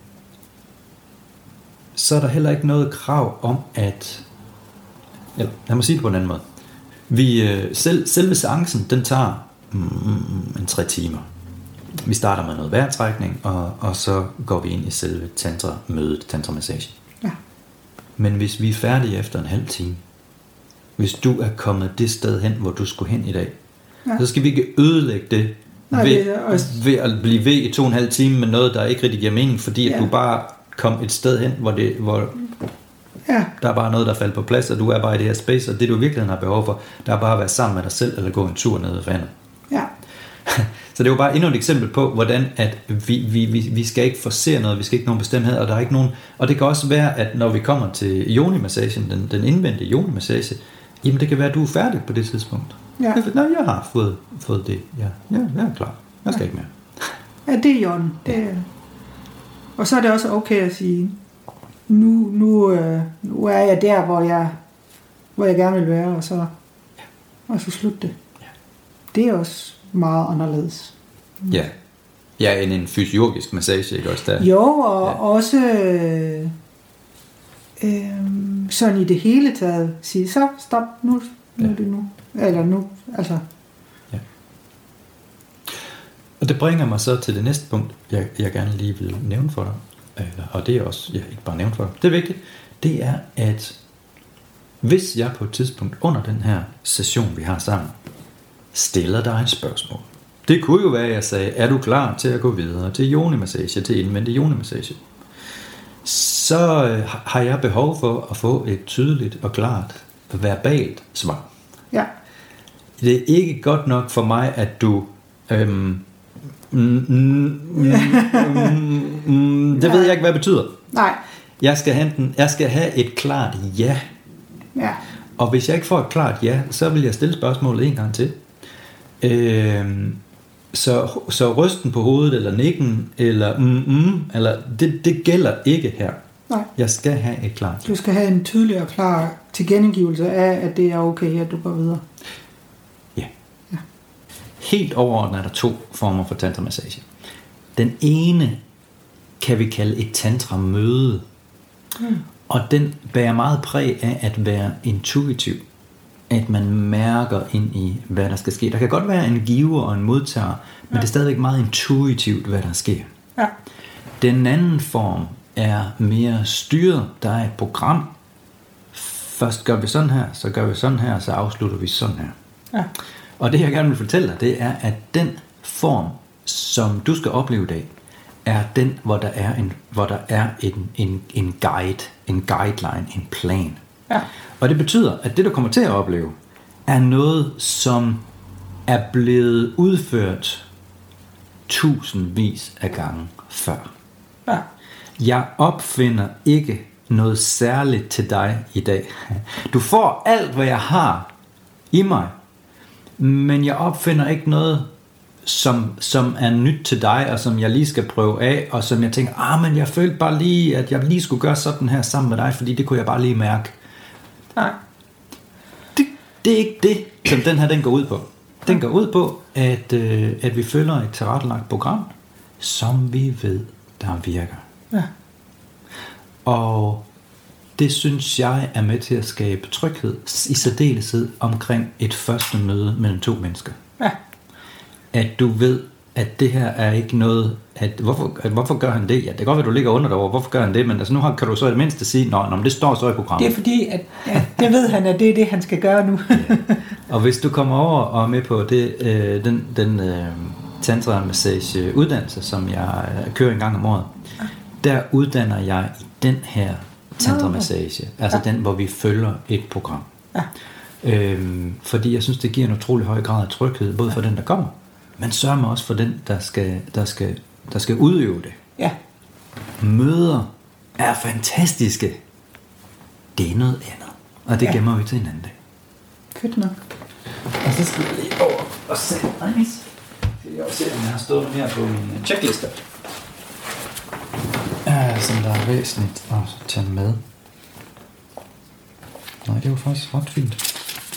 så er der heller ikke noget krav om, at... Eller, lad mig sige det på en anden måde. Selve seancen, den tager en 3 timer. Vi starter med noget vejrtrækning, og så går vi ind i selve tantra-mødet, tantra-massage. Ja. Men hvis vi er færdige efter en halv time, hvis du er kommet det sted hen, hvor du skulle hen i dag, så skal vi ikke ødelægge det, ved at blive ved i 2,5 timer med noget, der ikke rigtig giver mening, fordi at du bare kom et sted hen, hvor der er bare noget, der falder på plads, og du er bare i det her space, og det du virkelig har behov for, der er bare at være sammen med dig selv, eller gå en tur ned ad vandet. Ja. Så det er jo bare endnu et eksempel på, hvordan at vi skal ikke forcere noget, vi skal ikke nogen bestemthed, og der er ikke nogen, og det kan også være, at når vi kommer til yoni-massagen, den indvendte yoni-massage, jamen det kan være, at du er færdig på det tidspunkt. Ja. Nej, jeg har fået det. Ja, jeg er klar. Jeg skal ikke mere. Ja, det er Jørgen. Og så er det også okay at sige, nu er jeg der, hvor jeg gerne vil være, og så slutte det. Ja. Det er også meget anderledes. Ja, end en fysiologisk massage, ikke også der? Jo, og også sådan i det hele taget sige, så stop, nu er det nu. Eller nu, altså. Ja. Og det bringer mig så til det næste punkt, jeg gerne lige vil nævne for dig. Og det er også, ikke bare nævnt for dig, det er vigtigt. Det er, at hvis jeg på et tidspunkt under den her session, vi har sammen, stiller dig et spørgsmål. Det kunne jo være, at jeg sagde, er du klar til at gå videre til yoni-massage, til indvendig yoni-massage? Så har jeg behov for at få et tydeligt og klart verbalt svar. Ja. Det er ikke godt nok for mig, at du det ved jeg ikke, hvad det betyder. Nej. Jeg skal have et klart ja. Ja. Og hvis jeg ikke får et klart ja, så vil jeg stille spørgsmålet en gang til. Så rysten på hovedet, eller nikken, eller eller det gælder ikke her. Nej. Jeg skal have et klart. Du skal have en tydelig og klar tilgengivelse af, at det er okay, at du går videre. Ja. Helt overordnet er der 2 former for tantramassage. Den ene kan vi kalde et tantramøde. Og den bærer meget præg af at være intuitiv. At man mærker ind i, hvad der skal ske. Der kan godt være en giver og en modtager, men det er stadigvæk meget intuitivt, hvad der sker. Ja. Den anden form er mere styret. Der er et program. Først gør vi sådan her, så gør vi sådan her, så afslutter vi sådan her. Ja. Og det jeg gerne vil fortælle dig, det er, at den form, som du skal opleve i dag, er den, hvor der er en guide, en guideline, en plan. Ja. Og det betyder, at det du kommer til at opleve, er noget, som er blevet udført tusindvis af gange før. Ja. Jeg opfinder ikke noget særligt til dig i dag. Du får alt, hvad jeg har i mig, men jeg opfinder ikke noget, som er nyt til dig, og som jeg lige skal prøve af, og som jeg tænker, men jeg følte bare lige, at jeg lige skulle gøre sådan her sammen med dig, fordi det kunne jeg bare lige mærke. Nej. Det er ikke det, som den her den går ud på. Den går ud på, at vi følger et tilrettelagt program, som vi ved, der virker. Ja. Og det synes jeg er med til at skabe tryghed, i særdeleshed omkring et første møde mellem to mennesker. Ja. At du ved, at det her er ikke noget, hvorfor gør han det? Ja, det kan godt være, at du ligger under derovre, hvorfor gør han det? Men altså, nu kan du så i det mindste sige, men det står så i programmet. Det er fordi, at det ved han, at det er det, han skal gøre nu. Ja. Og hvis du kommer over og er med på det, den tantra-massage uddannelse, som jeg kører en gang om året, der uddanner jeg i den her tantra-massage, altså den, hvor vi følger et program. Ja. Fordi jeg synes, det giver en utrolig høj grad af tryghed, både for den, der kommer, men sørger mig også for den, der skal udøve det. Ja. Møder er fantastiske. Det er noget andet, og det gemmer vi til en anden dag. Fedt nok. Og så skal jeg lige over og se, skal jeg også se, om jeg har stået mere på min checkliste. Som der er væsentligt at tage med. Nej, det var faktisk ret fint.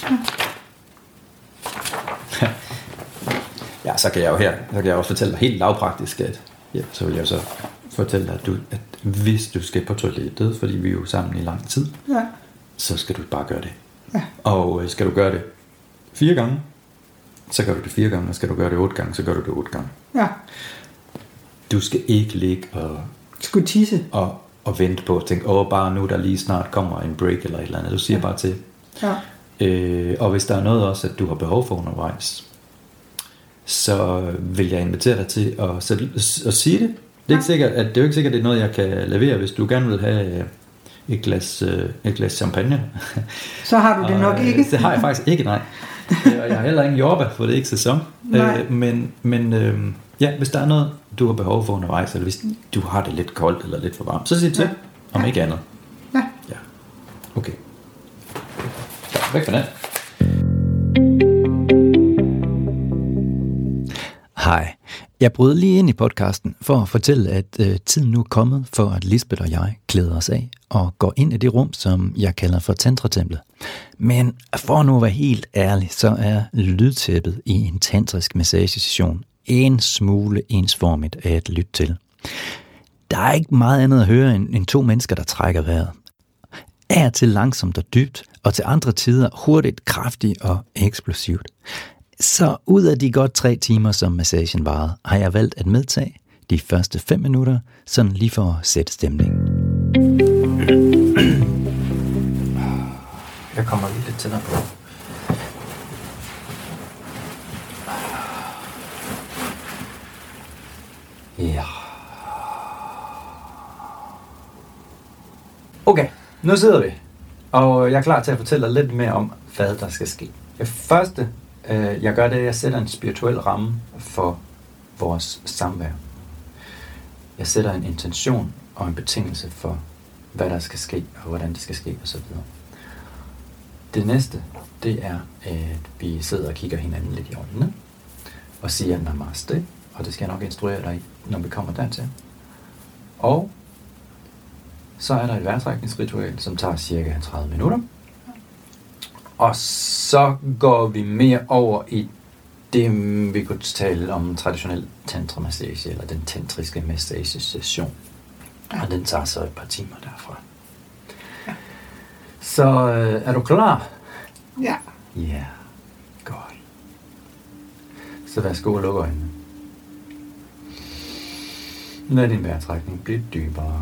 Ja, så kan jeg jo også fortælle dig helt lavpraktisk, at så vil jeg så fortælle dig, at hvis du skal på toilettet, fordi vi er jo sammen i lang tid, så skal du bare gøre det. Ja. Og skal du gøre det 4 gange, så gør du det 4 gange, og skal du gøre det 8 gange, så gør du det 8 gange. Ja. Du skal ikke ligge og skulle tisse og vente på at tænke, bare nu der lige snart kommer en break eller et eller andet. Du siger bare til. Ja. Og hvis der er noget også, at du har behov for undervejs, så vil jeg invitere dig til at sige det. Det er ikke sikkert, at det er jo ikke sikkert, at det er noget, jeg kan levere, hvis du gerne vil have et glas champagne. Så har du det nok ikke. Det har jeg faktisk ikke, nej. Og jeg har heller ingen jordbær, for det er ikke sæson. Men hvis der er noget, du har behov for undervejs, eller hvis du har det lidt koldt eller lidt for varmt, så sig til, om ikke andet. Ja. Okay. Så, væk fra den. Hej. Jeg brød lige ind i podcasten for at fortælle, at tiden nu er kommet for, at Lisbeth og jeg klæder os af og går ind i det rum, som jeg kalder for Tantra-templet. Men for nu at være helt ærlig, så er lydtæppet i en tantrisk massagesession en smule ensformigt at lytte til. Der er ikke meget andet at høre end 2 mennesker, der trækker vejret. Af til langsomt og dybt, og til andre tider hurtigt, kraftigt og eksplosivt. Så ud af de godt 3 timer, som massagen varede, har jeg valgt at medtage de første 5 minutter, sådan lige for at sætte stemningen. Jeg kommer lige lidt tættere på. Ja. Okay, nu sidder vi. Og jeg er klar til at fortælle dig lidt mere om, hvad der skal ske. Det første, jeg gør det, at jeg sætter en spirituel ramme for vores samvær. Jeg sætter en intention og en betingelse for, hvad der skal ske, og hvordan det skal ske, osv. Det næste, det er, at vi sidder og kigger hinanden lidt i øjnene, og siger namaste, og det skal jeg nok instruere dig i, når vi kommer dertil. Og så er der et vejrtrækningsritual, som tager cirka 30 minutter. Og så går vi mere over i det, vi kunne tale om traditionel tantra-massage, eller den tantriske massagesession. Og den tager så et par timer derfra. Ja. Så er du klar? Ja. Ja, godt. Så værsgo og luk øjnene. Lad din vejrtrækning blive dybere.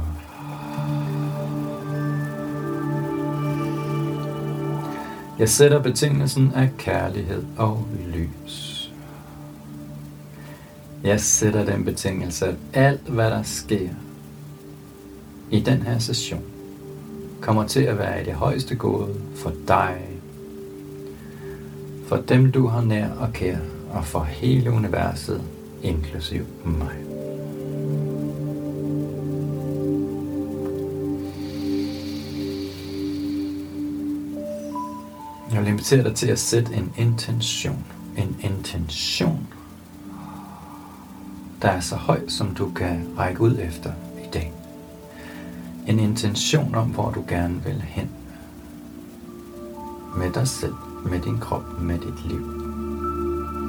Jeg sætter betingelsen af kærlighed og lys. Jeg sætter den betingelse, at alt hvad der sker i den her session, kommer til at være i det højeste gode for dig, for dem du har nær og kær, og for hele universet, inklusiv mig. Jeg vil invitere dig til at sætte en intention. En intention, der er så høj, som du kan række ud efter i dag. En intention om, hvor du gerne vil hen. Med dig selv, med din krop, med dit liv.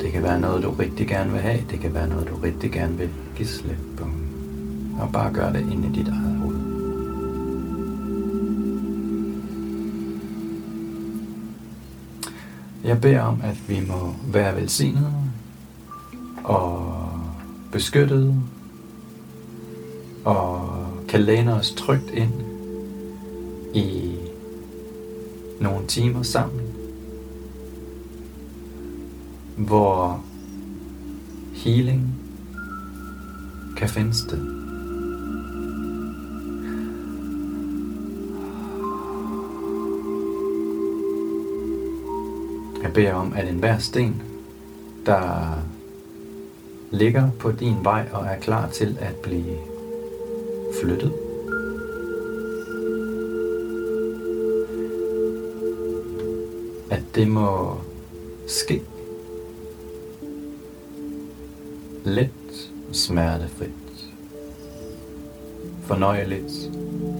Det kan være noget, du rigtig gerne vil have. Det kan være noget, du rigtig gerne vil give slip på. Og bare gør det inde i dit eget hoved. Jeg beder om, at vi må være velsignede og beskyttede og kan læne os trygt ind i nogle timer sammen, hvor healing kan finde sted. Jeg beder om, at enhver sten, der ligger på din vej og er klar til at blive flyttet, at det må ske let, smertefrit, fornøjeligt.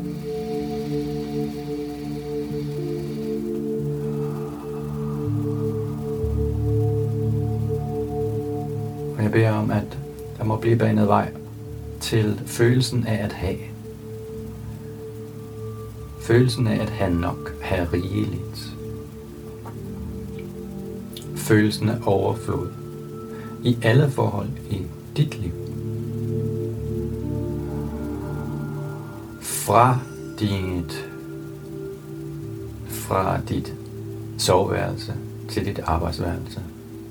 Og jeg beder om, at der må blive banet vej til følelsen af at have. Følelsen af at have nok, have rigeligt. Følelsen af overflod i alle forhold i dit liv. Fra dit soveværelse til dit arbejdsværelse.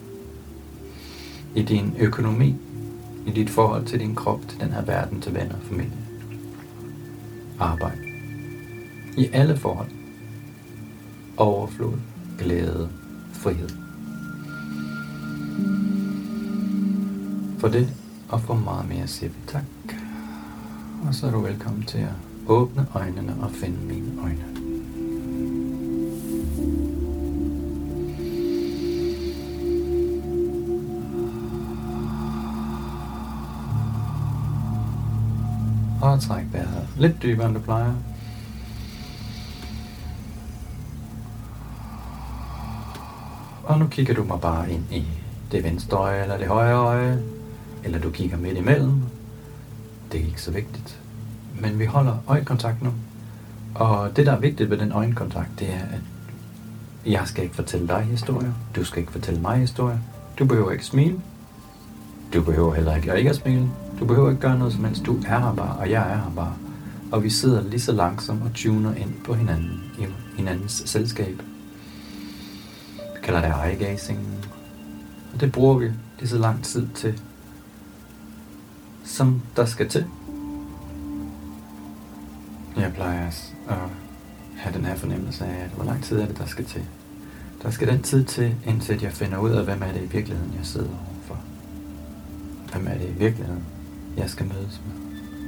I din økonomi, i dit forhold til din krop, til den her verden, til venner, familie, arbejde. I alle forhold. Overflod, glæde, frihed. For det og for meget mere siger vi tak. Og så er du velkommen til at åbne øjnene og finde mine øjne. Og træk vejret lidt dybere, end du plejer. Og nu kigger du mig bare ind i det venstre øje eller det højre øje. Eller du kigger midt imellem. Det er ikke så vigtigt. Men vi holder øjenkontakt nu. Og det, der er vigtigt ved den øjenkontakt, det er, at jeg skal ikke fortælle dig historier. Du skal ikke fortælle mig historier. Du behøver ikke smile. Du behøver heller ikke at smile. Du behøver ikke gøre noget som helst. Du er her bare, og jeg er her bare. Og vi sidder lige så langsomt og tuner ind på hinanden i hinandens selskab. Vi kalder det eye-gazing. Og det bruger vi lige så lang tid til, som der skal til. Jeg plejer at have den her fornemmelse af, at hvor lang tid er det, der skal til. Der skal den tid til, indtil jeg finder ud af, hvem er det i virkeligheden, jeg sidder overfor. Hvem er det i virkeligheden, jeg skal mødes med.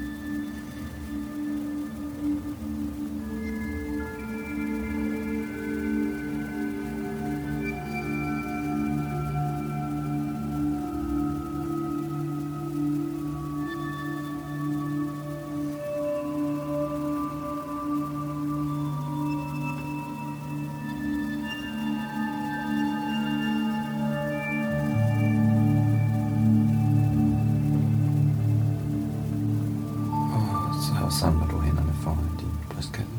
Samler du hænderne foran din brystkasse.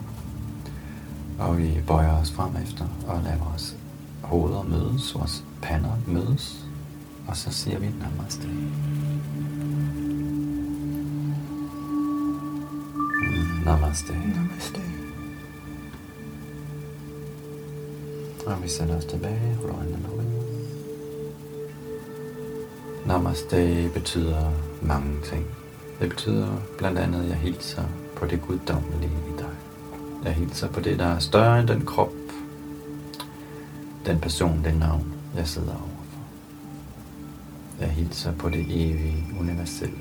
Og vi bøjer os frem efter og lader vores hoveder mødes, vores pander mødes. Og så siger vi namaste. Namaste. Namaste. Og vi sender os tilbage, holder øjnene lukket. Namaste betyder mange ting. Det betyder blandt andet, at jeg hilser på det guddommelige i dig. Jeg hilser på det, der er større end den krop, den person, den navn, jeg sidder overfor. Jeg hilser på det evige, universelle.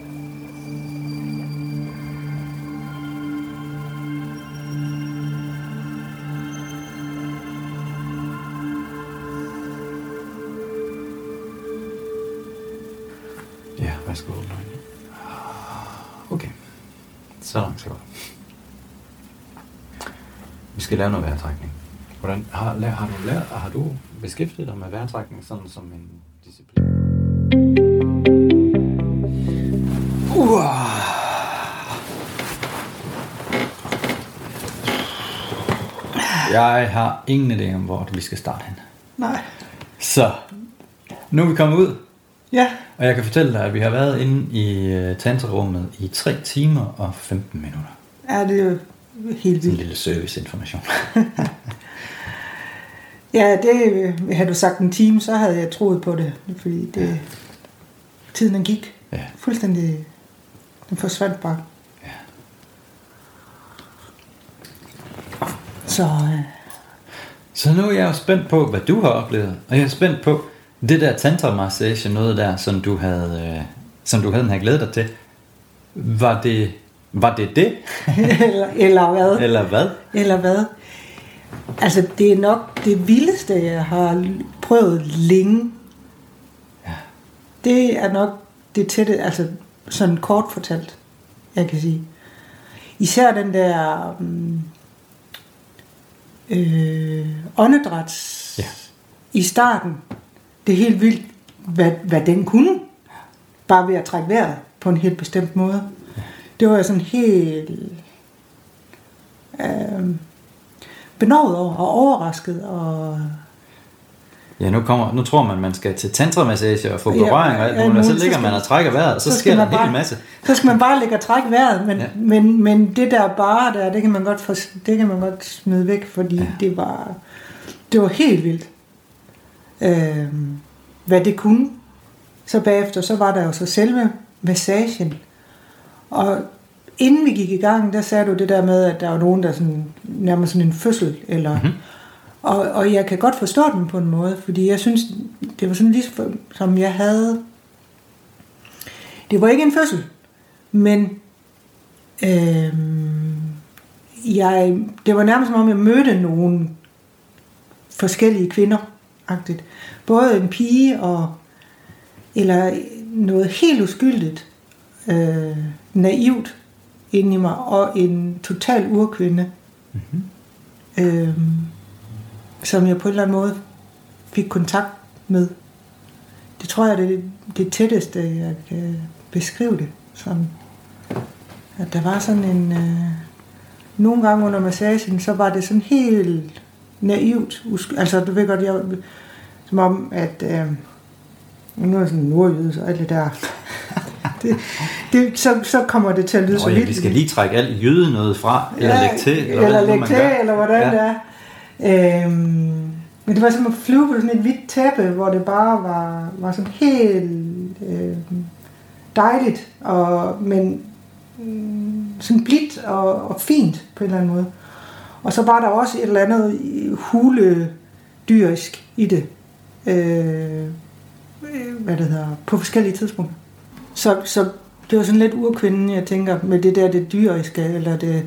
Ja, værsgo. Okay, så langt skal det. Vi skal lave noget vejrtrækning. Hvordan har du beskæftiget dig med vejrtrækning sådan som en disciplin? Jeg har ingen idé om, hvor vi skal starte hen. Nej. Så, nu er vi kommet ud. Ja. Og jeg kan fortælle dig, at vi har været inde i tantrarummet i 3 timer og 15 minutter. Ja, det er jo helt vildt. En lille serviceinformation. Ja, det havde du sagt en time, så havde jeg troet på det. Fordi tiden den gik. Ja. Fuldstændig. Den forsvandt bare. Ja. Så nu er jeg jo spændt på, hvad du har oplevet. Og jeg er spændt på det der tantra-massage, noget der, som du havde glædet dig til. Var det det? eller hvad? Eller hvad? Eller hvad? Altså, det er nok det vildeste, jeg har prøvet længe. Ja. Det er nok det tætte, altså sådan kort fortalt, jeg kan sige. Især den der åndedræts i starten. Det er helt vildt, hvad den kunne. Bare ved at trække vejret på en helt bestemt måde. Det var jeg sådan helt benovet over og overrasket. Og ja, nu tror man skal til tantramassage og få berøring og alt muligt, og så ligger man og trækker vejret, og så sker der en hel masse. Så skal man bare ligge og trække vejret, men det der bare der, det kan man godt smide væk, fordi det var helt vildt, hvad det kunne. Så bagefter, så var der jo så selve massagen, og inden vi gik i gang, der sagde du det der med, at der var nogen, der sådan, nærmest sådan en fødsel, eller og jeg kan godt forstå den på en måde, fordi jeg synes, det var sådan ligesom, som jeg havde, det var ikke en fødsel, men det var nærmest som om jeg mødte nogle forskellige kvinder-agtigt. Både en pige eller noget helt uskyldigt, naivt inde i mig, og en total urkvinde. Som jeg på en eller anden måde fik kontakt med. Det tror jeg, det er det tætteste, jeg kan beskrive det. Sådan, at der var sådan en... nogle gange under massagen, så var det sådan helt naivt. Altså, du ved godt, som om, at... nu er jeg sådan en nordjyde, så alt det der... så kommer det til at lyde så vildt. Vi skal lige trække alt jyde noget fra, eller lægge til. Eller hvordan det er. Men det var som at flyve på sådan et hvidt tæppe, hvor det bare var sådan helt dejligt, men sådan blidt og fint på en eller anden måde. Og så var der også et eller andet huledyrisk i det, på forskellige tidspunkter. Så det var sådan lidt urkvinden, jeg tænker, med det dyriske, eller det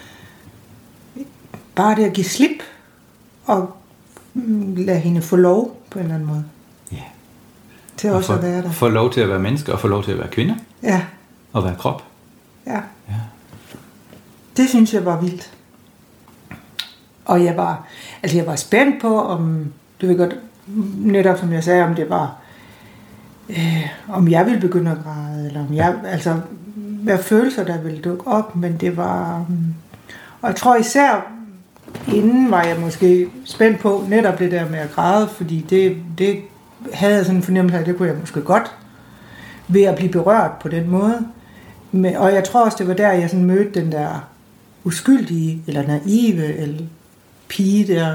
bare det at give slip, og lade hende få lov på en eller anden måde. Ja. Til også at være der. Få lov til at være menneske, og få lov til at være kvinde. Ja. Og være krop. Ja. Det synes jeg var vildt. Og jeg var spændt på, om, du ved godt, netop som jeg sagde, om det var, om jeg ville begynde at græde, eller om jeg, altså, hvad følelser der ville dukke op, men det var, og jeg tror især, inden var jeg måske spændt på netop det der med at græde, fordi det havde jeg sådan en fornemmelse af, at det kunne jeg måske godt, ved at blive berørt på den måde. Og jeg tror også, det var der, jeg sådan mødte den der uskyldige, eller naive, eller pige der.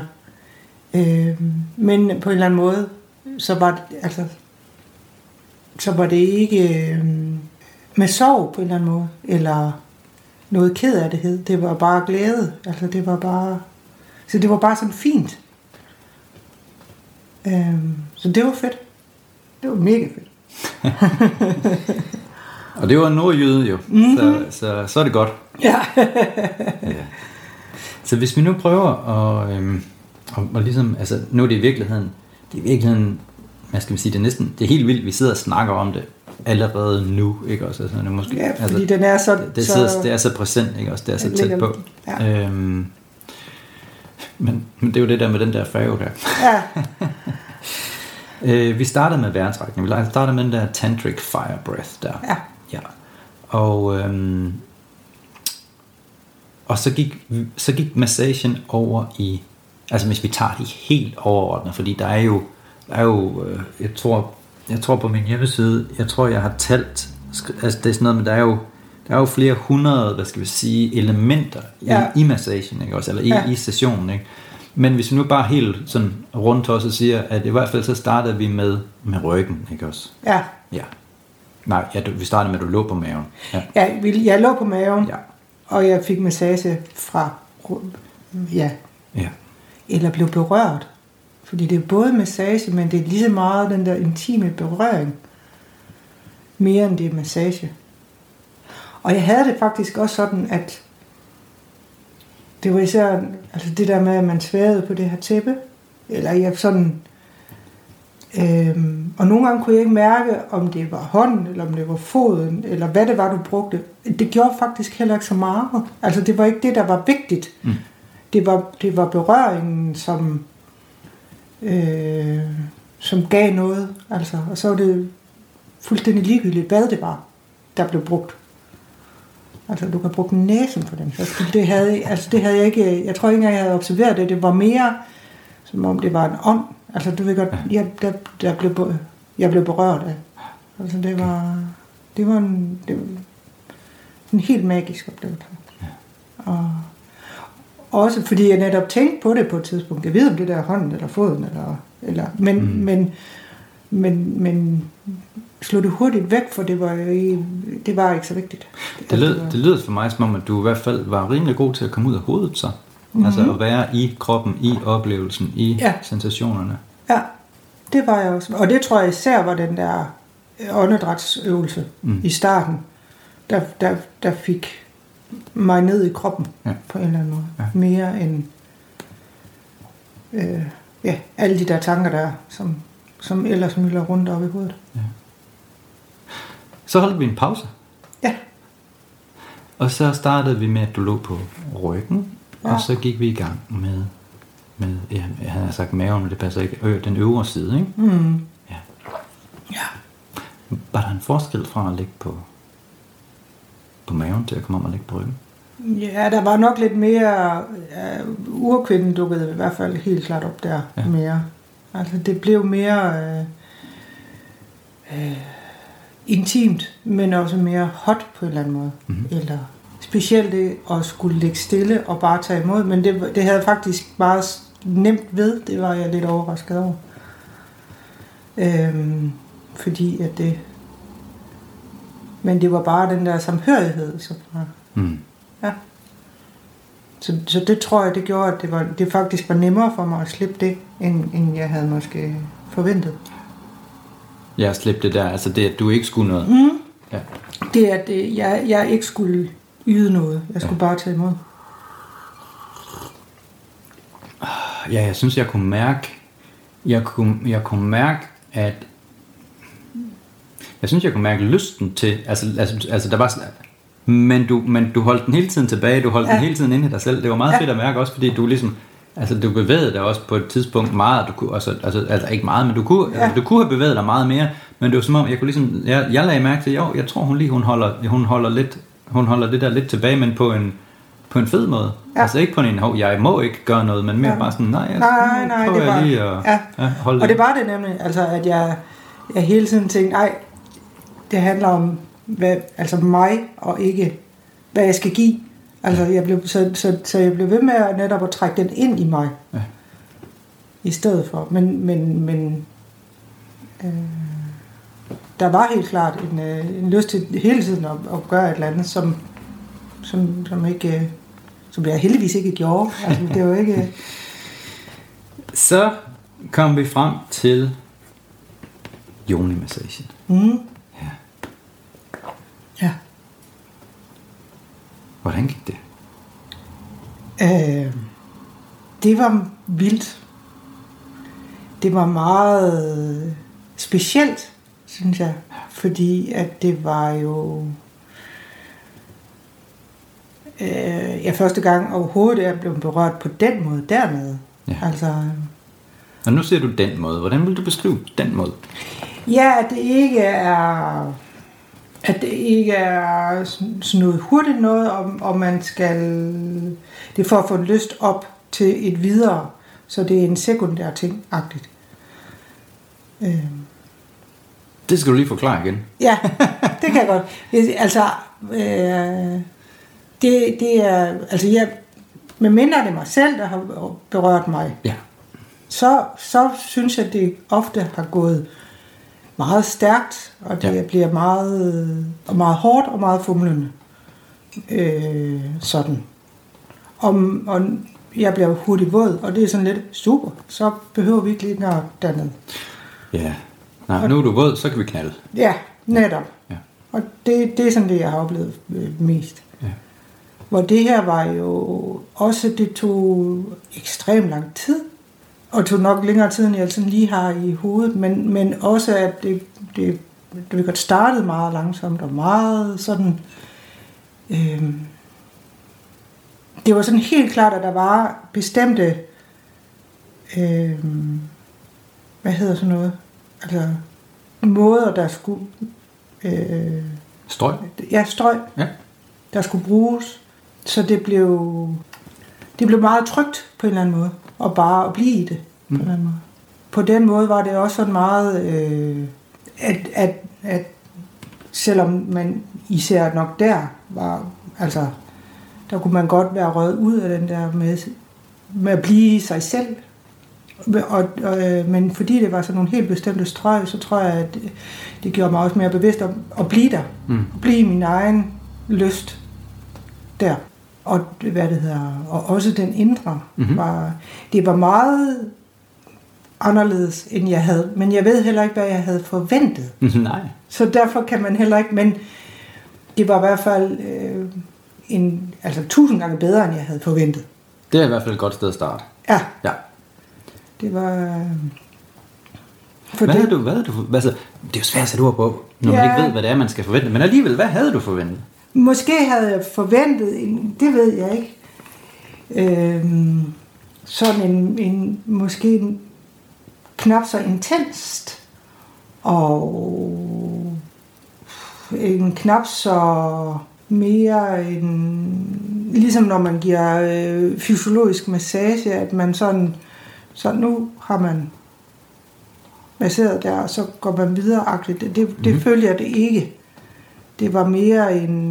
Men på en eller anden måde, så var det ikke med sorg på en eller anden måde, eller noget ked af det. Det var bare glæde. Altså det var bare sådan fint. Så det var fedt. Det var mega fedt. Og det var en nordjyde jo. Mm-hmm. Så er det godt. Ja. Ja. Så hvis vi nu prøver at ligesom, altså nu er det i virkeligheden, hvad skal vi sige, det er helt vildt, vi sidder og snakker om det allerede nu, ikke også? Altså, det måske, ja, fordi altså, den er så... Det er så præsent, ikke også? Det er så tæt på. Ja. Men det er jo det der med den der færge der. Ja. Vi startede med vejrtrækning. Vi startede med den der tantric fire breath der. Ja. Og så gik massagen over i, altså hvis vi tager det helt overordnet, fordi der er jo jeg tror på min hjemmeside, jeg har talt, altså det er sådan noget, men der er jo flere hundrede, hvad skal vi sige, elementer i massagen, ikke også, eller i sessionen, ikke? Men hvis vi nu bare helt sådan rundt også siger, at i hvert fald så startede vi med ryggen, ikke også? Ja. Nej, vi startede med, at du lå på maven. Jeg lå på maven, og jeg fik massage fra, eller blev berørt. Fordi det er både massage, men det er lige så meget den der intime berøring, mere end det er massage. Og jeg havde det faktisk også sådan, at det var især altså det der med, at man sværede på det her tæppe, eller jeg sådan, og nogle gange kunne jeg ikke mærke, om det var hånden, eller om det var foden, eller hvad det var, du brugte. Det gjorde faktisk heller ikke så meget. Altså det var ikke det, der var vigtigt. Det var berøringen, som gav noget, altså, og så var det fuldstændig ligegyldigt, hvad det var, der blev brugt. Altså, du kan bruge næsen for den. Det havde jeg ikke, jeg tror ikke engang, jeg havde observeret det. Det var mere, som om det var en ånd. Altså, du ved godt, jeg blev berørt af. Altså, det var en helt magisk oplevelse. Og også fordi jeg netop tænkte på det på et tidspunkt. Jeg ved om det der hånden eller foden, men slå det hurtigt væk, for det var ikke så vigtigt. Det lyder for mig som om, at du i hvert fald var rimelig god til at komme ud af hovedet så. Altså at være i kroppen, i oplevelsen, i sensationerne. Ja, det var jeg også. Og det tror jeg især var den der åndedrætsøvelse i starten, der fik mig ned i kroppen på en eller anden måde. Ja. Mere end alle de der tanker der, som ellers myldrer rundt op i hovedet. Ja. Så holdt vi en pause. Ja. Og så startede vi med, at du lå på ryggen, og så gik vi i gang med jeg havde sagt maven, men det passer ikke, den øvre side, ikke? Mm. Ja. Var der en forskel fra at ligge på maven til at komme om og ligge på ryggen? Ja, der var nok lidt mere, urkvinden dukkede i hvert fald helt klart op der mere. Altså det blev mere intimt, men også mere hot på en eller anden måde. Mm-hmm. Eller specielt det at skulle ligge stille og bare tage imod, men det havde faktisk bare nemt ved, det var jeg lidt overrasket over. Fordi at det, men det var bare den der samhørighed, som var, Så det tror jeg, det gjorde, at det faktisk var nemmere for mig at slippe det, end jeg havde måske forventet. Ja, slippe det der, altså det, at du ikke skulle noget. Mm. Ja. Det, at jeg ikke skulle yde noget. Jeg skulle bare tage imod. Ja, jeg synes, jeg kunne mærke, at jeg synes, jeg kunne mærke lysten til, altså der var sådan, men du holdt den hele tiden tilbage, du holdt den hele tiden inde i dig selv. Det var meget fedt at mærke også, fordi du ligesom, altså du bevægede dig også på et tidspunkt meget, du kunne også, altså ikke meget, men du kunne have bevæget dig meget mere, men det var som om, jeg kunne ligesom, jeg lagde mærke til, jeg tror hun holder det der lidt tilbage, men på en fed måde. Ja. Altså ikke på en, jeg må ikke gøre noget, men mere bare sådan, nej, det var lige at holde det. Og det var det nemlig, altså at jeg hele tiden tænkte, nej, det handler om mig, og ikke hvad jeg skal give. Altså jeg blev ved med at netop at trække den ind i mig. Ja. I stedet for. Men der var helt klart en lyst til hele tiden at gøre et eller andet, som jeg heldigvis ikke gjorde. Altså det var ikke. Så kom vi frem til yoni-massagen. Mm. Ja. Hvordan gik det? Det var vildt. Det var meget specielt, synes jeg. Fordi at det var jo første gang overhovedet er blevet berørt på den måde dernede. Ja. Altså, og nu ser du den måde. Hvordan vil du beskrive den måde? ja, at det ikke er sådan noget hurtigt noget, og man skal, det er for at få en lyst op til et videre, så det er en sekundær ting-agtigt. Det skal du lige forklare igen. Ja, det kan jeg godt. Altså, det er, altså med mindre det er mig selv, der har berørt mig, Ja. så synes jeg, det ofte har gået meget stærkt, og det bliver meget hårdt og meget fumlende. Sådan. Og jeg bliver hurtigt våd, og det er sådan lidt super. Så behøver vi ikke lige noget dernede. Ja. Nej, nu er du våd, så kan vi knalde. Ja, netop. Ja. Og det er sådan det, jeg har oplevet mest. Ja. Hvor det her var jo også, det tog ekstremt lang tid. Og tog nok længere tid, end jeg sådan lige har i hovedet. Men også, at det godt startede meget langsomt og meget sådan. Det var sådan helt klart, at der var bestemte, hvad hedder sådan noget, altså måder, der skulle... Strøg? Ja, strøg, Ja. der skulle bruges. Så det blev meget trygt på en eller anden måde, og bare at blive i det på en eller anden måde. På den måde var det også sådan meget, at selvom man især nok der var, altså der kunne man godt være røget ud af den der med at blive sig selv. Men fordi det var sådan nogle helt bestemte strøg, så tror jeg, at det gjorde mig også mere bevidst om at blive der. At blive min egen lyst der. Og hvad det hedder, og også den indre det var meget anderledes, end jeg havde. Men jeg ved heller ikke, hvad jeg havde forventet. Nej. Så derfor kan man heller ikke, men det var i hvert fald 1000 gange bedre, end jeg havde forventet. Det er i hvert fald et godt sted at starte. Ja. Ja. Det var... Hvad havde du? Altså, det er jo svært at sætte ord på, når man ikke ved, hvad det er, man skal forvente. Men alligevel, hvad havde du forventet? Måske havde jeg forventet, det ved jeg ikke, sådan måske en knap så intenst, og en knap så mere ligesom når man giver fysiologisk massage, at man sådan nu har man masseret der, og så går man videre-agtigt. Det følger jeg det ikke. Det var mere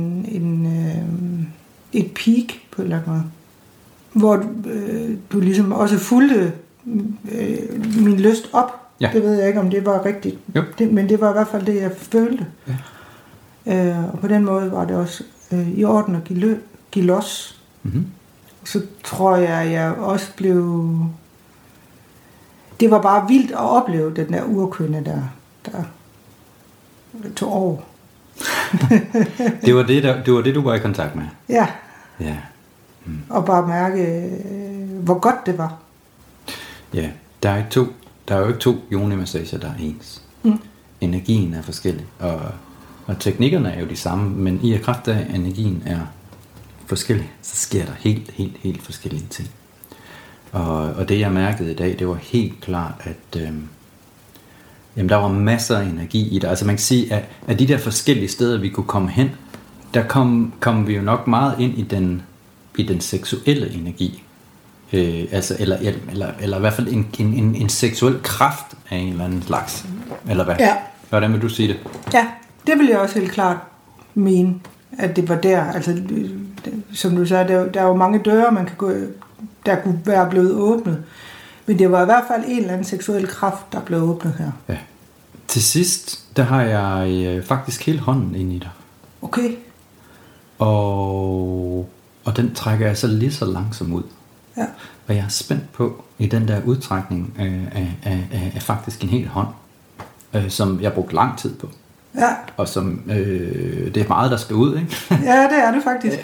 et peak på en eller anden måde, hvor du ligesom også fulgte min lyst op. Ja. Det ved jeg ikke, om det var rigtigt, men det var i hvert fald det, jeg følte. Ja. Og på den måde var det også i orden at give los. Mm-hmm. Så tror jeg også blev... Det var bare vildt at opleve den der urkvinde, der tog over. det var det, du var i kontakt med? Ja. Ja. Og bare mærke, hvor godt det var. Ja, der er jo ikke to yoni-massager, der er ens. Energien er forskellig, og teknikkerne er jo de samme, men i kraft af, at energien er forskellig, så sker der helt forskellige ting. Og det jeg mærkede i dag, det var helt klart, at jamen, der var masser af energi i det. Altså man kan sige, at de der forskellige steder, vi kunne komme hen, der kom vi jo nok meget ind i den seksuelle energi. Altså, eller i hvert fald en seksuel kraft af en eller anden slags. Eller hvad? Ja. Hvordan vil du sige det? Ja, det vil jeg også helt klart mene, at det var der. Altså, som du sagde, der er jo mange døre, man kan gå, der kunne være blevet åbnet. Men det var i hvert fald en eller anden seksuel kraft, der blev åbnet her. Ja. Til sidst, der har jeg faktisk hele hånden ind i dig. Okay. Og den trækker jeg så lige så langsomt ud. Ja. Og jeg er spændt på, i den der udtrækning af faktisk en hel hånd, som jeg brugte lang tid på. Ja. Og som, det er meget, der skal ud, ikke? Ja, det er det faktisk.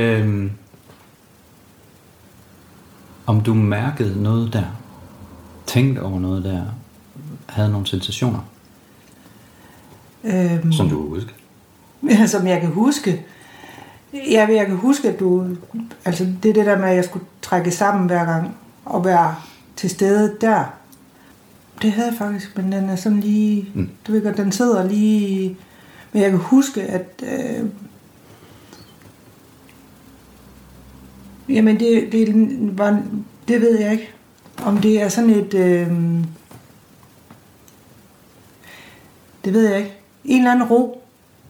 Om du mærkede noget der, tænkte over noget der, havde nogle sensationer, som du husker? Ja, som jeg kan huske. Jeg kan huske, at altså det der med, at jeg skulle trække sammen hver gang, og være til stede der, det havde jeg faktisk, men den er sådan lige, du ved godt, den sidder lige, men jeg kan huske, at, jamen det ved jeg ikke, om det er sådan et, det ved jeg ikke, en eller anden ro,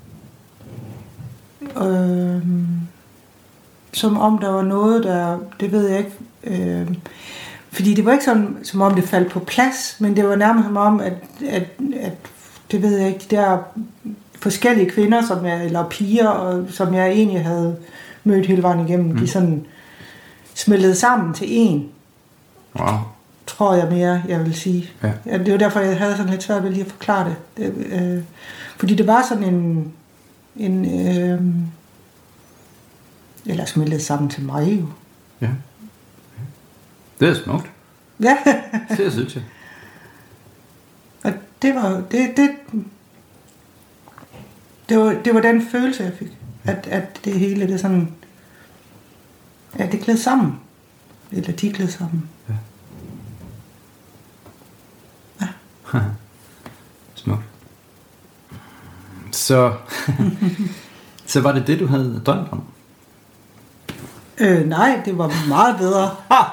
som om der var noget, der, det ved jeg ikke, fordi det var ikke sådan, som om det faldt på plads, men det var nærmest som om, at det ved jeg ikke, de der forskellige kvinder, eller piger, og, som jeg egentlig havde mødt hele vejen igennem, de sådan smeltede sammen til en. Wow. Tror jeg mere, jeg vil sige. Ja. Det var derfor, jeg havde sådan lidt svært ved lige at forklare det. Fordi det var sådan eller smeltede sammen til mig jo. Ja. Det er smukt. Ja. Det synes jeg. Og det var den følelse, jeg fik. At det hele, det sådan, at det gled sammen. Eller de gled sammen. Ja. Ja. Smukt. Så var det, du havde drømt om? Nej, det var meget bedre.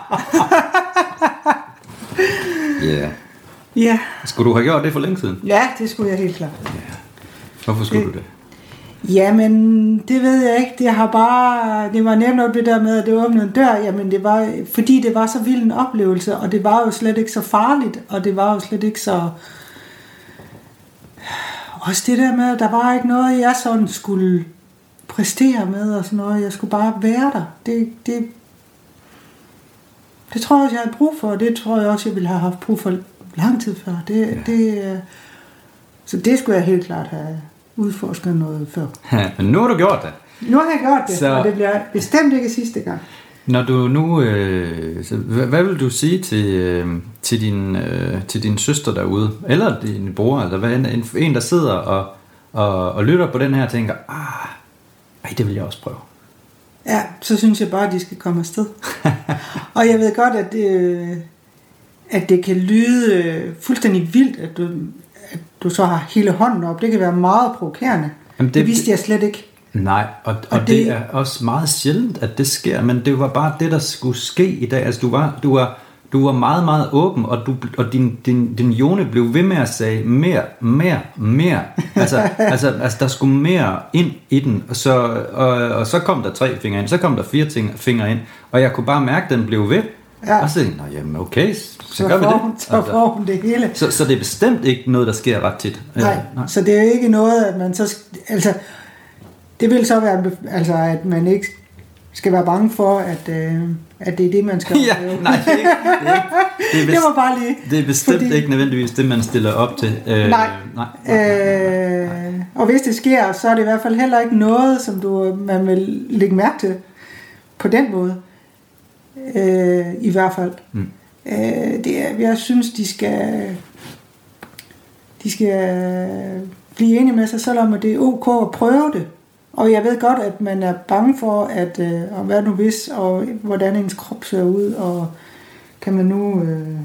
Ja. Ja. Skulle du have gjort det for længe siden? Ja, det skulle jeg helt klart. Ja. Hvorfor skulle du det? Jamen, det ved jeg ikke. Det var nemt nok det der med, at det åbnede en dør. Jamen, det var, fordi det var så vild en oplevelse, og det var jo slet ikke så farligt, og det var jo slet ikke så... Også det der med, at der var ikke noget, jeg sådan skulle præstere med, og sådan noget. Jeg skulle bare være der. Det tror jeg også, jeg havde brug for, og det tror jeg også, jeg ville have haft brug for lang tid før. Så det skulle jeg helt klart have udforsket noget før. Men nu har du gjort det. Nu har jeg gjort det, og det bliver bestemt ikke sidste gang. Når du nu, hvad vil du sige til din søster derude, eller din bror, eller en der sidder og lytter på den her og tænker, det vil jeg også prøve. Ja, så synes jeg bare, at de skal komme afsted. Og jeg ved godt, at det kan lyde fuldstændig vildt, at du så har hele hånden op. Det kan være meget provokerende. Jamen det vidste jeg slet ikke. Nej, og det er også meget sjældent, at det sker, men det var bare det, der skulle ske i dag. Altså, du var meget, meget åben, og din Jone blev ved med at sige mere. Altså, der skulle mere ind i den, og så kom der 3 fingre ind, så kom der 4 fingre ind, og jeg kunne bare mærke, at den blev ved. Ja. Og så tænkte jeg, jamen okay, så gør vi det. Så får hun det hele. Så det er bestemt ikke noget, der sker ret tit. Nej, så det er jo ikke noget, at man så... Altså, det vil så være, altså, at man ikke skal være bange for, at det er det, man skal ja, nej, det er ikke. Det var bare lige... Det er bestemt ikke nødvendigvis det, man stiller op til. Nej. Og hvis det sker, så er det i hvert fald heller ikke noget, som man vil lægge mærke til på den måde. I hvert fald. Jeg synes, de skal blive enige med sig selv om, at det er ok at prøve det. Og jeg ved godt, at man er bange for, at hvad nu hvis, og hvordan ens krop ser ud, og kan man nu...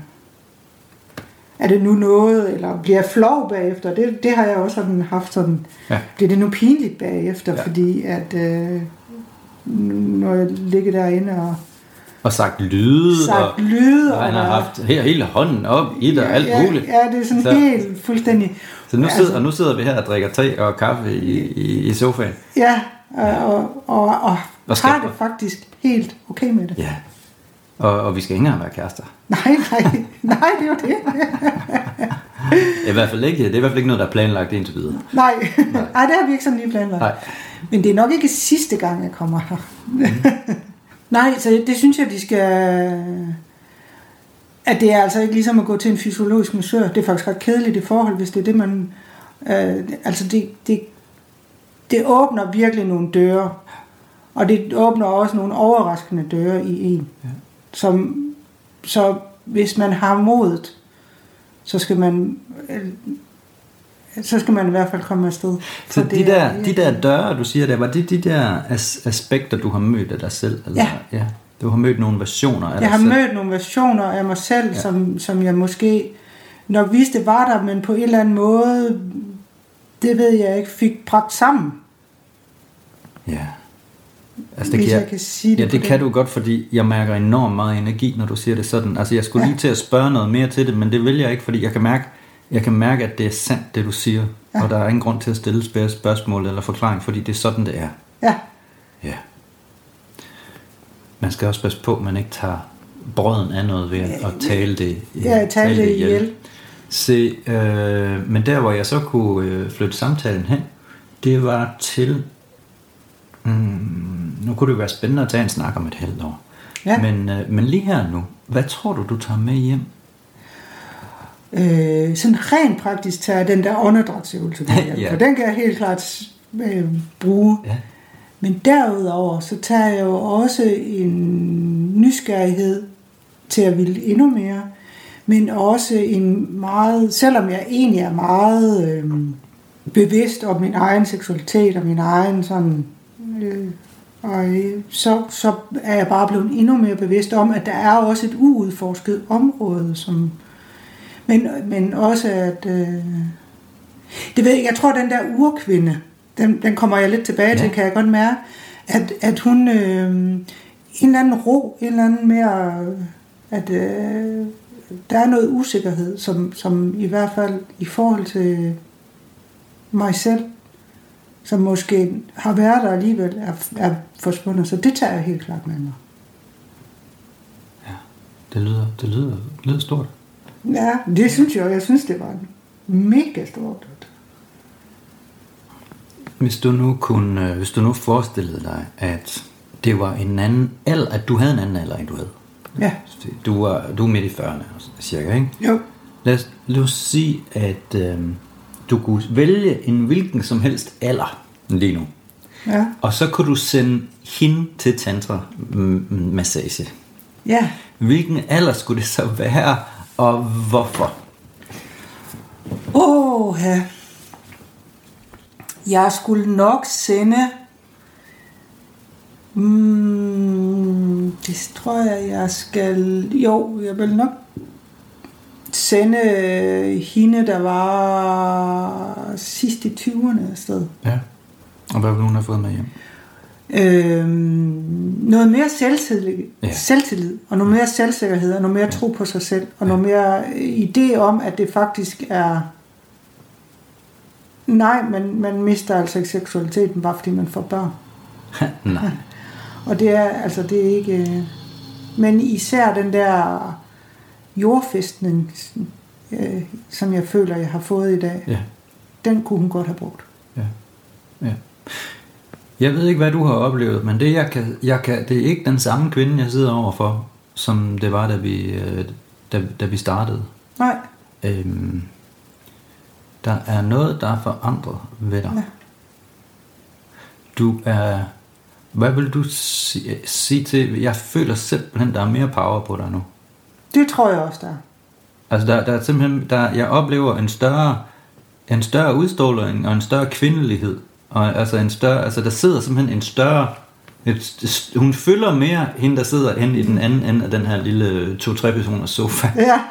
er det nu noget, eller bliver jeg flov bagefter? Det har jeg også haft sådan... Ja. Bliver det nu pinligt bagefter, fordi at når jeg ligger derinde og sagt lyde, og han har haft hele hånden op i det, og alt muligt. Ja, det er sådan helt fuldstændig... Så nu sidder vi her og drikker te og kaffe i sofaen. Ja, og har det faktisk helt okay med det. Ja, og vi skal ikke engang være kærester. Nej, det er jo det. I hvert fald ikke, det er i hvert fald ikke noget, der er planlagt indtil videre. Nej, det har vi ikke sådan lige planlagt. Nej. Men det er nok ikke sidste gang, jeg kommer her. Nej, så det synes jeg, de skal... At det er altså ikke ligesom at gå til en fysiologisk massør. Det er faktisk ret kedeligt i forhold, hvis det er det, man... altså, det åbner virkelig nogle døre. Og det åbner også nogle overraskende døre i en. Ja. Så hvis man har modet, så skal man... så skal man i hvert fald komme afsted. Så de der døre, du siger der, var det de der aspekter, du har mødt af dig selv? Eller? Ja. Du har mødt nogle versioner af dig selv? Jeg har mødt nogle versioner af mig selv, som jeg måske nok vidste var der, men på en eller anden måde, det ved jeg ikke, fik bragt sammen. Ja. Altså jeg kan sige det. Ja, det kan du godt, fordi jeg mærker enormt meget energi, når du siger det sådan. Altså jeg skulle lige til at spørge noget mere til det, men det vil jeg ikke, fordi jeg kan mærke, at det er sandt, det du siger. Ja. Og der er ingen grund til at stille spørgsmål eller forklaring, fordi det er sådan, det er. Ja. Man skal også passe på, at man ikke tager brøden af noget ved at tale det ihjel. Se, men der, hvor jeg så kunne flytte samtalen hen, det var til... nu kunne det være spændende at tage en snak om et halvt år. Ja. Men lige her nu, hvad tror du tager med hjem? Sådan rent praktisk tager den der åndedrætsøvelse med hjem, for den kan jeg helt klart bruge. Ja. Men derudover, så tager jeg jo også en nysgerrighed til at ville endnu mere, men også en meget, selvom jeg egentlig er meget bevidst om min egen seksualitet og min egen sådan... og så er jeg bare blevet endnu mere bevidst om, at der er også et uudforsket område, som, men også at det ved jeg tror den der urkvinde, den kommer jeg lidt tilbage til, kan jeg godt mærke, at hun en eller anden ro, en eller anden mere, at der er noget usikkerhed, som i hvert fald i forhold til mig selv, som måske har været der alligevel, er forsvundet. Så det tager jeg helt klart med mig. Ja, det lyder stort. Ja, det synes jeg. Jeg synes, det var mega stort. Hvis du nu forestillede dig, at det var en anden alder, at du havde en anden alder, end du havde. Ja. Du er midt i 40'erne, cirka, ikke? Jo. Lad os sige, at du kunne vælge en hvilken som helst alder lige nu. Ja. Og så kunne du sende hende til tantra-massage. Ja. Hvilken alder skulle det så være, og hvorfor? Ja. Jeg skulle nok sende... det tror jeg skal... Jo, jeg vil nok sende hende, der var sidst i 20'erne afsted. Ja, og hvad vil hun have fået med hjem? Noget mere selvtillid, og noget mere selvsikkerhed, og noget mere tro på sig selv, og noget mere idé om, at det faktisk er... Nej, man mister altså ikke seksualiteten, bare fordi man får børn. Nej. Og det er ikke... Men især den der jordfæstning, som jeg føler, jeg har fået i dag, den kunne hun godt have brugt. Ja. Jeg ved ikke, hvad du har oplevet, men det det er ikke den samme kvinde, jeg sidder overfor, som det var, da vi startede. Nej. Der er noget, der er forandret ved dig. Ja. Hvad vil du sige til... Jeg føler simpelthen, der er mere power på dig nu. Det tror jeg også, der er. Altså, der er simpelthen... jeg oplever en større udstråling og en større kvindelighed. Og altså en større... Altså, der sidder simpelthen en større... hun fylder mere, hende der sidder henne i den anden ende af den her lille 2-3 personers sofa. Ja.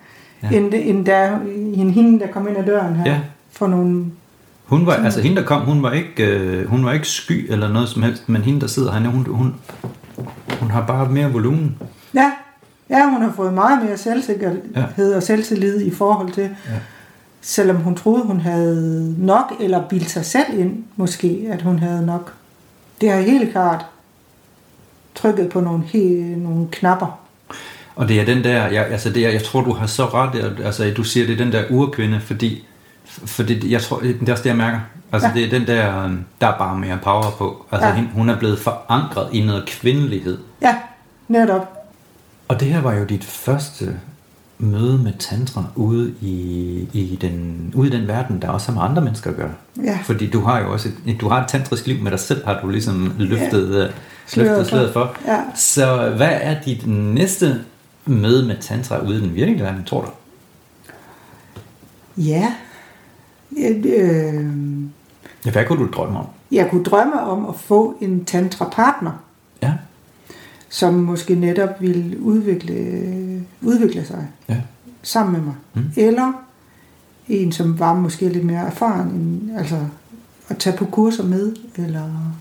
End hende, der kom ind ad døren her. Ja. For nogle... Hun var, altså hende der kom, hun var ikke sky eller noget som helst, men hende der sidder herinde, hun har bare mere volumen. Ja, hun har fået meget mere selvsikkerhed og selvtillid i forhold til, selvom hun troede, hun havde nok, eller bildt sig selv ind, måske, at hun havde nok. Det har helt klart trykket på nogle knapper. Og det er den der, jeg tror, du har så ret, altså du siger, det er den der urkvinde, fordi jeg tror, det er også det, jeg mærker. Altså det er den der er bare mere power på. Altså hun er blevet forankret i noget kvindelighed. Ja, netop. Og det her var jo dit første møde med tantra ude i den verden, der også har med andre mennesker at gøre. Ja. Fordi du har jo også du har et tantrisk liv med dig selv, har du ligesom løftet sløret for. Ja. Så hvad er dit næste møde med tantra ude i den virkelige verden, tror du? Ja, Hvad kunne du drømme om? Jeg kunne drømme om at få en tantra-partner, Ja. som måske netop ville udvikle sig sammen med mig. Eller en, som var måske lidt mere erfaren, altså at tage på kurser med, eller...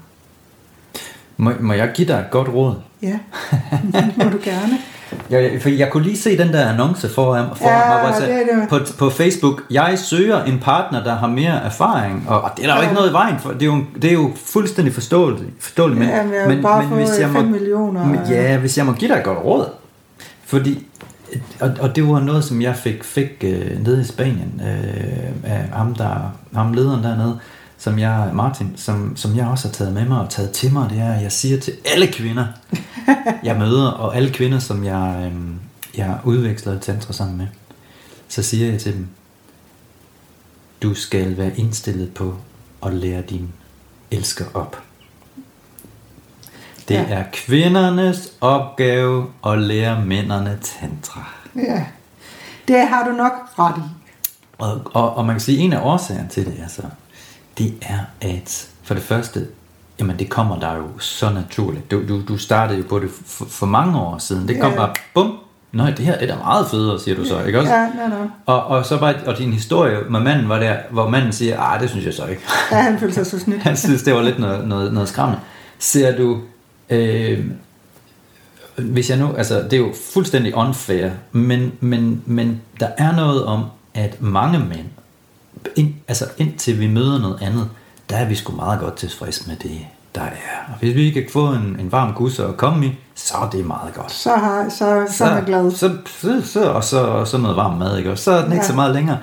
Må jeg give dig et godt råd? Ja, må du gerne. For jeg kunne lige se den der annonce foran mig, hvor på Facebook. Jeg søger en partner, der har mere erfaring, og det er der jo ikke noget i vejen for. Det er jo fuldstændig forståeligt. Men hvis jeg må, 5 millioner. hvis jeg må give dig et godt råd, fordi og det var noget, som jeg fik nede i Spanien af ham lederen dernede, Martin, som jeg også har taget med mig og taget til mig, det er, at jeg siger til alle kvinder, jeg møder, og alle kvinder, som jeg udveksler tantra sammen med, så siger jeg til dem, du skal være indstillet på at lære din elsker op. Det er kvindernes opgave at lære mændene tantra. Ja, det har du nok ret i. Og man kan sige, en af årsagerne til det, altså, det er, at for det første, jamen det kommer der jo så naturligt. Du startede jo på det for mange år siden. Det kom bare, bum, nej, det her det er da meget federe, siger du så, ikke også? Ja. Og så bare, og din historie med manden var der, hvor manden siger, det synes jeg så ikke. Ja, han følte sig så snydt. Han synes, det var lidt noget skræmmende. Ser du, hvis jeg nu, altså det er jo fuldstændig unfair, men der er noget om, at mange mænd, indtil vi møder noget andet, der er vi sgu meget godt tilfreds med det, der er. Og hvis vi kan få en varm gus at komme i, så er det meget godt. Så er jeg glad. Så noget varm mad, ikke? Og så er den ikke så meget længere.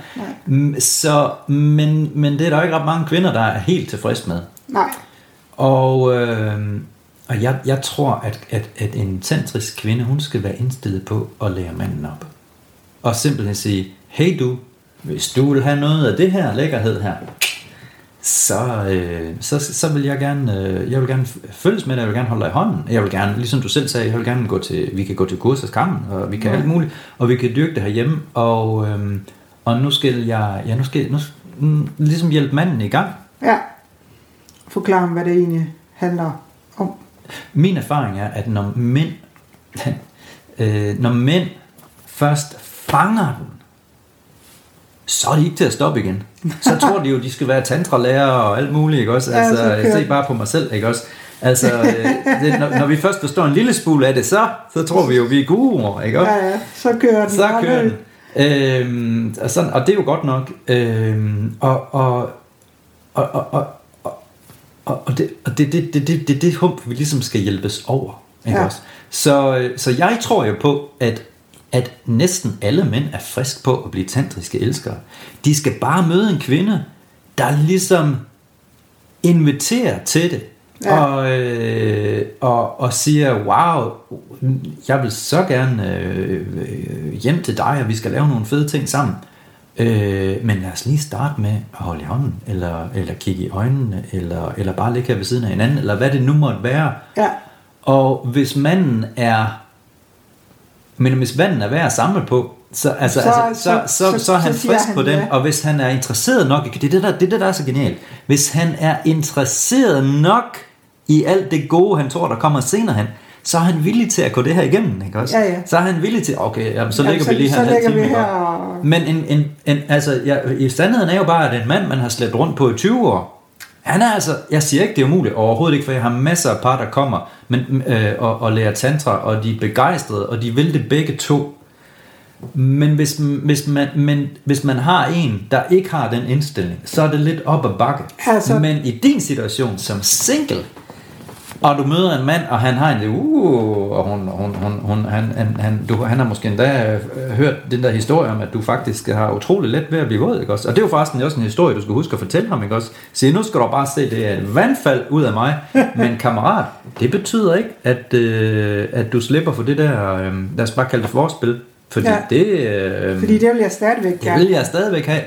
Men det er der jo ikke ret mange kvinder, der er helt tilfreds med. Nej. Og jeg tror, at en tantrisk kvinde, hun skal være indstillet på at lære manden op. Og simpelthen sige, hey du, hvis du vil have noget af det her lækkerhed her, så vil jeg gerne følges med dig, jeg vil gerne holde dig i hånden, jeg vil gerne, ligesom du selv sagde, jeg vil gerne vi kan gå til kursuskammen, og vi kan alt muligt, og vi kan dyrke det herhjemme, og nu skal jeg ligesom hjælpe manden i gang. Ja, forklare hvad det egentlig handler om. Min erfaring er, at når mænd først fanger den, så er de ikke til at stoppe igen. Så tror de jo, de skal være tantralærer og alt muligt, ikke også? Altså, jeg ser bare på mig selv, ikke også? Altså, når vi først forstår en lille smule af det, så tror vi jo, vi er guruer, ikke også? Ja, så kører den. Så kører den. Og det er jo godt nok. Det er det hump, vi ligesom skal hjælpes over, ikke også? Så jeg tror jo på, at næsten alle mænd er friske på at blive tantriske elskere. De skal bare møde en kvinde, der ligesom inviterer til det, og siger, wow, jeg vil så gerne hjem til dig, og vi skal lave nogle fede ting sammen. Men lad os lige starte med at holde i hånden, eller kigge i øjnene, eller bare ligge her ved siden af hinanden, eller hvad det nu måtte være. Ja. Og hvis manden er værd at samle på, så er han frisk på den, og hvis han er interesseret nok, det er det der er så genialt, hvis han er interesseret nok i alt det gode, han tror, der kommer senere hen, så er han villig til at gå det her igennem, ikke også? Ja. Så er han villig til, okay, jamen, så lægger vi lige her en halv time, her. Men i sandheden er jo bare, at en mand, man har slæbt rundt på i 20 år, han er altså, jeg siger ikke, det er umuligt, overhovedet ikke, for jeg har masser af par, der kommer og lærer tantra, og de er begejstrede, og de vil det begge to. Men hvis man har en, der ikke har den indstilling, så er det lidt op ad bakke. Altså, men i din situation som single, og du møder en mand, og han har og han har måske endda hørt den der historie om, at du faktisk har utrolig let ved at blive våd, ikke også? Og det er jo forresten også en historie, du skal huske at fortælle ham, ikke også? Så nu skal du bare se, det er et vandfald ud af mig, men kammerat, det betyder ikke, at du slipper for det der, lad os bare kalde det forspil, fordi fordi det vil jeg stadigvæk gerne. Det vil jeg stadigvæk have,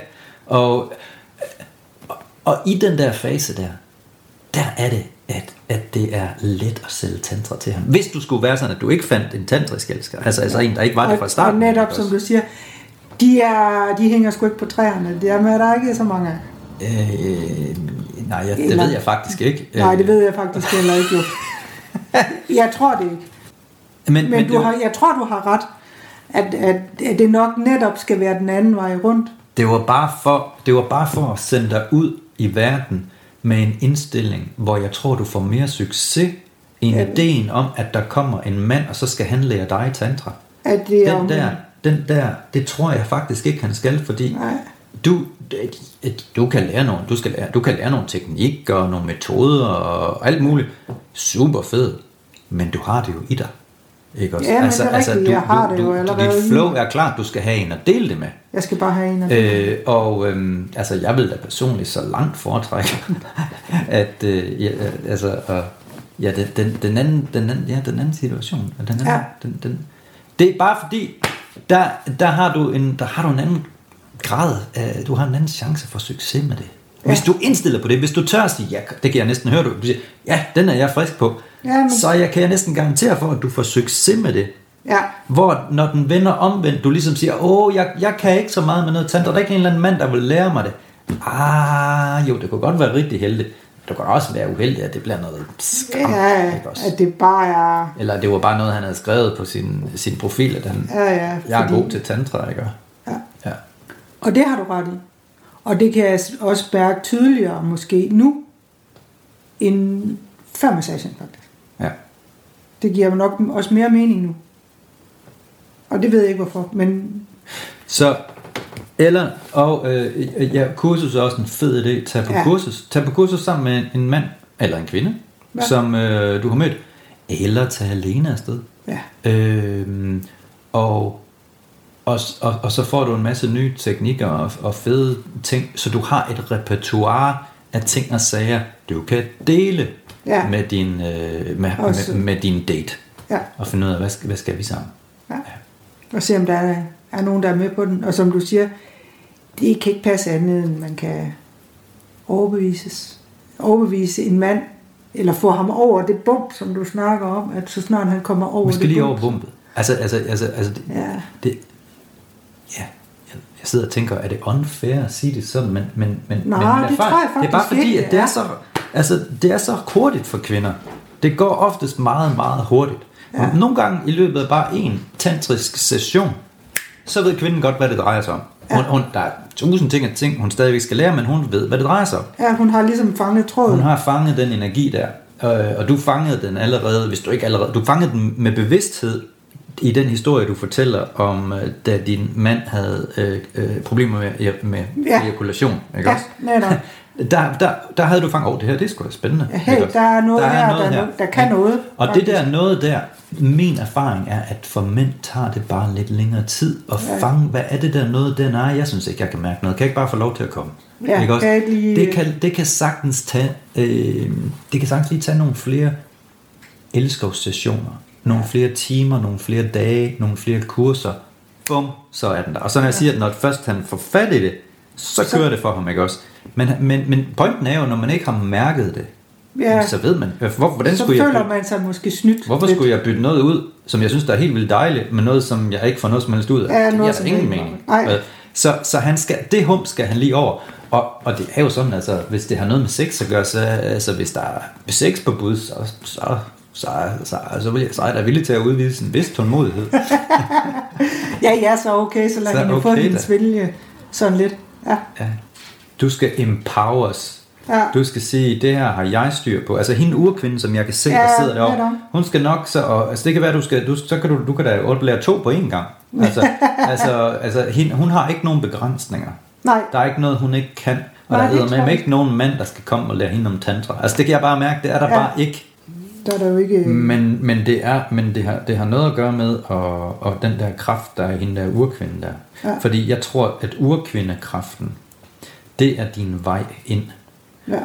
og i den der fase der er det, at det er let at sælge tantra til ham. Hvis du skulle være sådan, at du ikke fandt en tantrisk elsker, altså en, der ikke var det fra starten. Og netop, som du siger, De hænger sgu ikke på træerne. Jamen, er der ikke så mange af? Nej, det ved jeg faktisk ikke. Nej, det ved jeg faktisk heller ikke, jo. Jeg tror det ikke. Men jeg tror, du har ret, at det nok netop skal være den anden vej rundt. Det var bare for at sende dig ud i verden med en indstilling, hvor jeg tror, du får mere succes end ideen om, at der kommer en mand, og så skal han lære dig tantra. Den der, det tror jeg faktisk ikke, han skal, fordi du kan lære nogle, du kan lære nogle teknikker og nogle metoder og alt muligt. Super fed, men du har det jo i dig. Ikke også? Ja, men det er rigtigt, jeg har det jo allerede. Dit flow er klart, du skal have en at dele det med. Jeg skal bare have en at dele det. Jeg vil da personligt så langt foretrække, at den anden situation. Det er bare fordi, der har du en anden grad, du har en anden chance for succes med det. Hvis du indstiller på det, hvis du tør at sige, ja, det kan jeg næsten høre, du siger, ja, den er jeg frisk på, så kan jeg næsten garantere for, at du får succes med det. Ja. Hvor når den vender omvendt, du ligesom siger, jeg kan ikke så meget med noget tantra, der er ikke en eller anden mand, der vil lære mig det. Jo, det kunne godt være rigtig heldigt. Det kan også være uheldigt, at det bliver noget skam. Ja, at det bare er... Eller det var bare noget, han havde skrevet på sin profil, at han, jeg er god til tantra, ikke? Ja. Og det har du ret i. Og det kan jeg også mærke tydeligere måske nu, end før massagen faktisk. Ja. Det giver mig nok også mere mening nu. Og det ved jeg ikke hvorfor, men... Så, kursus er også en fed idé. Tag på kursus sammen med en mand, eller en kvinde, som du har mødt. Eller tage alene afsted. Ja. Og så får du en masse nye teknikker og fede ting, så du har et repertoire af ting og sager, du kan dele med din date. Ja. Og finde ud af, hvad skal vi sammen. Ja. Og se om der er nogen, der er med på den. Og som du siger, det kan ikke passe andet, end man kan overbevise en mand, eller få ham over det bump, som du snakker om, at så snart han kommer over det bump. Måske lige over bumpet. Jeg sidder og tænker, er det unfair at sige det sådan, men nej, det tror jeg faktisk. Det er bare fordi, at det er så hurtigt for kvinder. Det går oftest meget, meget hurtigt. Ja. Nogle gange i løbet af bare en tantrisk session, så ved kvinden godt, hvad det drejer sig om. Ja. Der er 1000 ting, hun stadigvæk skal lære, men hun ved, hvad det drejer sig om. Ja, hun har ligesom fanget tråden. Hun har fanget den energi der, og du fangede den allerede, hvis du ikke allerede, du fangede den med bevidsthed i den historie, du fortæller om, da din mand havde problemer med ejakulation, ikke også? Der havde du fanget, det her, det er sgu da spændende. Ja, hey, der er noget der kan noget. Og faktisk. Det der noget der, min erfaring er, at for mænd tager det bare lidt længere tid at fange, hvad er det der noget der? Nej, jeg synes ikke, jeg kan mærke noget. Kan jeg ikke bare få lov til at komme? Ja, ikke også? Lige... Det kan sagtens tage, det kan sagtens lige tage nogle flere elskovssessioner. Nogle flere timer, nogle flere dage, nogle flere kurser. Bum, så er den der. Og så når jeg siger, at når først han får fat i det, så kører det for ham, ikke også? Men pointen er jo, når man ikke har mærket det, så ved man, hvordan så skulle jeg... Så føler man sig måske snydt. Hvorfor skulle jeg bytte noget ud, som jeg synes, der er helt vildt dejligt, med noget, som jeg ikke får noget som helst ud af? Det giver ingen mening. Så han skal, det hump skal han lige over. Og det er jo sådan, altså, hvis det har noget med sex at gøre, så altså, hvis der er sex på bud, så er der villig til at udvise en vis tålmodighed. så okay, så lad hende få hendes vilje sådan lidt. Ja. Du skal empowers. Ja. Du skal sige, det her har jeg styr på. Altså hende urkvinde, som jeg kan se, der sidder derovre, hun skal nok så, altså det kan være, du kan da lære 2 på én gang. Altså hun har ikke nogen begrænsninger. Nej. Der er ikke noget, hun ikke kan. Og der er ikke nogen mand, der skal komme og lære hende om tantra. Altså det kan jeg bare mærke, det er der bare ikke. Der er der jo ikke... Men det har noget at gøre med og den der kraft, der er hende der urkvinde der. Ja. Fordi jeg tror, at urkvindekraften, det er din vej ind. Ja.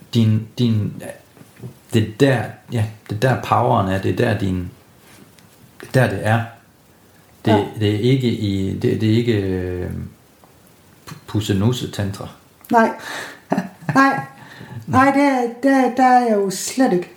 Det er der poweren er, det er der det er. Det er ikke pussenusse tantra. Nej, der er jeg jo slet ikke.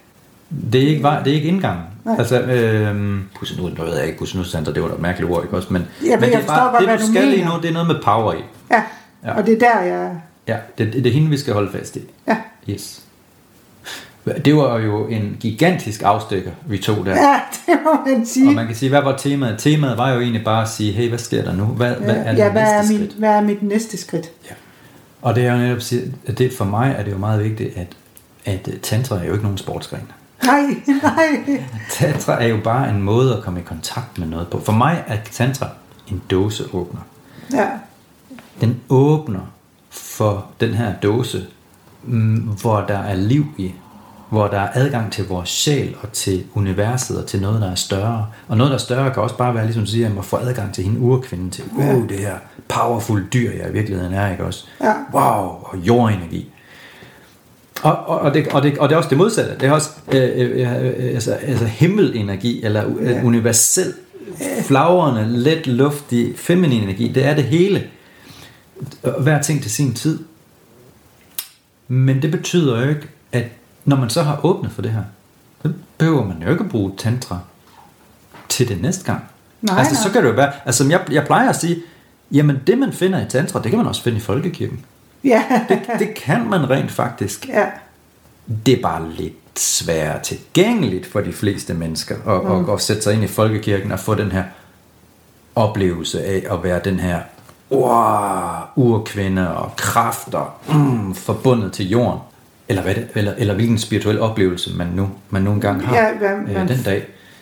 Det er ikke indgangen. Nej. Altså, nu ved jeg ikke, Kusinus-tantra, det var da et mærkeligt ord, ikke også? Men Jeg det er forstår bare, godt, det hvad du du skal lige mener. nu, det er noget med power i. Ja, Ja. og det er der, jeg... Ja, det er hende, vi skal holde fast i. Ja, Yes. Det var jo en gigantisk afstikker, vi tog der. ja, det må man sige. Og man kan sige, hvad var temaet? Temaet var jo egentlig bare at sige, hey, hvad sker der nu? Hvad er det næste skridt? Hvad er mit næste skridt? Ja. Og det er jo netop, at det for mig er det jo meget vigtigt, at tantra er jo ikke nogen sportsgren. Nej. Tantra er jo bare en måde at komme i kontakt med noget på. For mig er tantra en dåseåbner. Ja, Den åbner for den her dåse, hvor der er liv i, hvor der er adgang til vores sjæl og til universet og til noget, der er større. Og noget, der er større, kan også bare være, ligesom du siger, at man får adgang til hende urkvinden til, det her powerful dyr, jeg i virkeligheden er, ikke også? Ja. Wow, og jordenergi. Og det er også det modsatte. Det er også altså himmelenergi, eller universel, flagrende, let, luftig, feminin energi. Det er det hele. Hver ting til sin tid. Men det betyder jo ikke, at når man så har åbnet for det her, så behøver man jo ikke at bruge tantra til det næste gang. Nej. Så kan det jo være, altså jeg plejer at sige, jamen det man finder i tantra, det kan man også finde i folkekirken. ja. Det kan man rent faktisk. Ja. Det er bare lidt svært tilgængeligt for de fleste mennesker at sætte sig ind i folkekirken og få den her oplevelse af at være den her urkvinde og kræfter forbundet til jorden. Eller hvilken spirituel oplevelse man nu engang har den dag.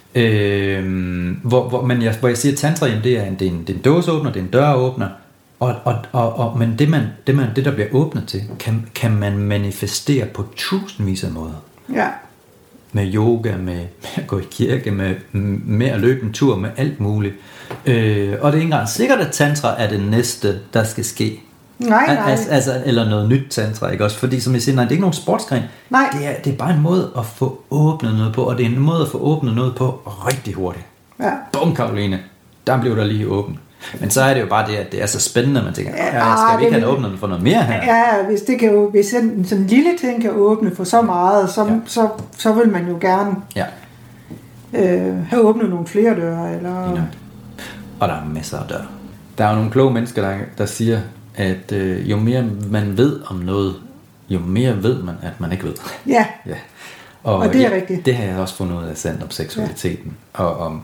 Hvor jeg siger, tantra, jamen, det er en dåseåbner, det er en døråbner, men det der bliver åbnet til, kan man manifestere på tusindvis af måder. Ja. Med yoga, med at gå i kirke, med at løbe en tur, med alt muligt. Og det er ikke engang sikkert, at tantra er det næste, der skal ske. Nej. Altså, eller noget nyt tantra, ikke også? Fordi som jeg siger, nej, det er ikke nogen sportsgren. Nej. Det er bare en måde at få åbnet noget på, og det er en måde at få åbnet noget på rigtig hurtigt. Ja. Bum, Karoline, der blev der lige åbent. Men så er det jo bare det, at det er så spændende, man tænker, skal vi ikke have åbnet for noget mere her? Ja, hvis en sådan lille ting kan åbne for så meget, så vil man jo gerne have åbnet nogle flere døre. Eller... Og der er masser af døre. Der er jo nogle kloge mennesker, der siger, at jo mere man ved om noget, jo mere ved man, at man ikke ved. Ja. Og det er rigtigt. Det har jeg også fundet ud af sandt om seksualiteten, og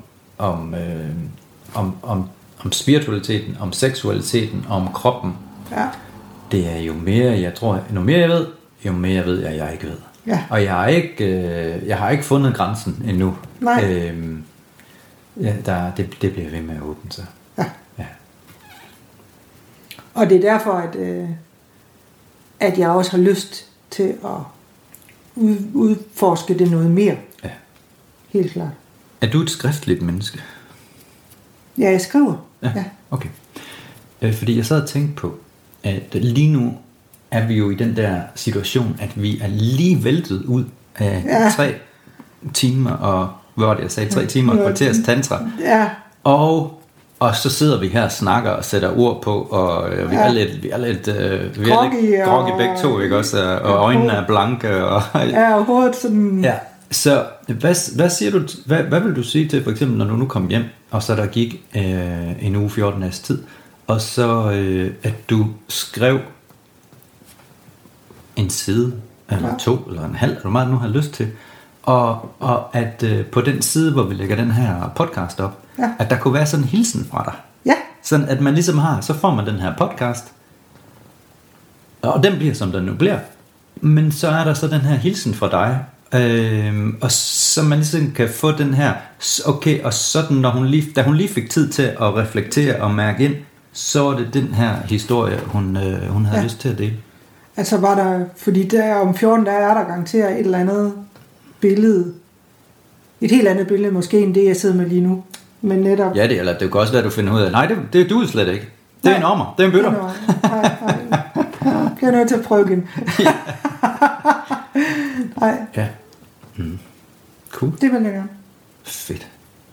om spiritualiteten, om seksualiteten, om kroppen. Ja. Det er jo mere, jeg tror, jo mere jeg ved, jo mere ved jeg ikke ved. Ja. Og jeg har ikke fundet grænsen endnu. Nej. Det bliver ved med at åbne sig. Ja. Ja. Og det er derfor, at jeg også har lyst til at udforske det noget mere. Ja. Helt klart. Er du et skriftligt menneske? Ja, jeg skriver. Ja. Okay. Fordi jeg sad og tænkte på, at lige nu er vi jo i den der situation, at vi er lige væltet ud af 3 timer og, hvad var det jeg sagde, 3 timer og kvarters tantra. Ja. Og så sidder vi her og snakker og sætter ord på, og vi er lidt groggy begge to, ikke også? Og øjnene er blanke. Og hovedet sådan... Ja. Så hvad siger du, hvad vil du sige til, for eksempel, når du nu kom hjem, og så der gik en uge 14 dages tid, og så at du skrev en side, eller 2, eller en halv, eller hvor meget du nu har lyst til, og at på den side, hvor vi lægger den her podcast op, at der kunne være sådan en hilsen fra dig. Ja. Sådan at man ligesom har, så får man den her podcast, og den bliver som den nu bliver, men så er der så den her hilsen fra dig, og så man ligesom kan få den her, okay, og sådan da hun lige fik tid til at reflektere og mærke ind, så er det den her historie, hun havde lyst til at dele. Altså var der, fordi der om 14 dage er der garanteret et eller andet billede, et helt andet billede måske end det jeg sidder med lige nu, men netop... Ja, det kan også være at du finder ud af, nej, det er du slet ikke, det er en ommer, det er en bøtter. Nej. Jeg bliver nødt til at prøve igen. Nej. Ja. Cool. Det vil jeg gerne. Fedt.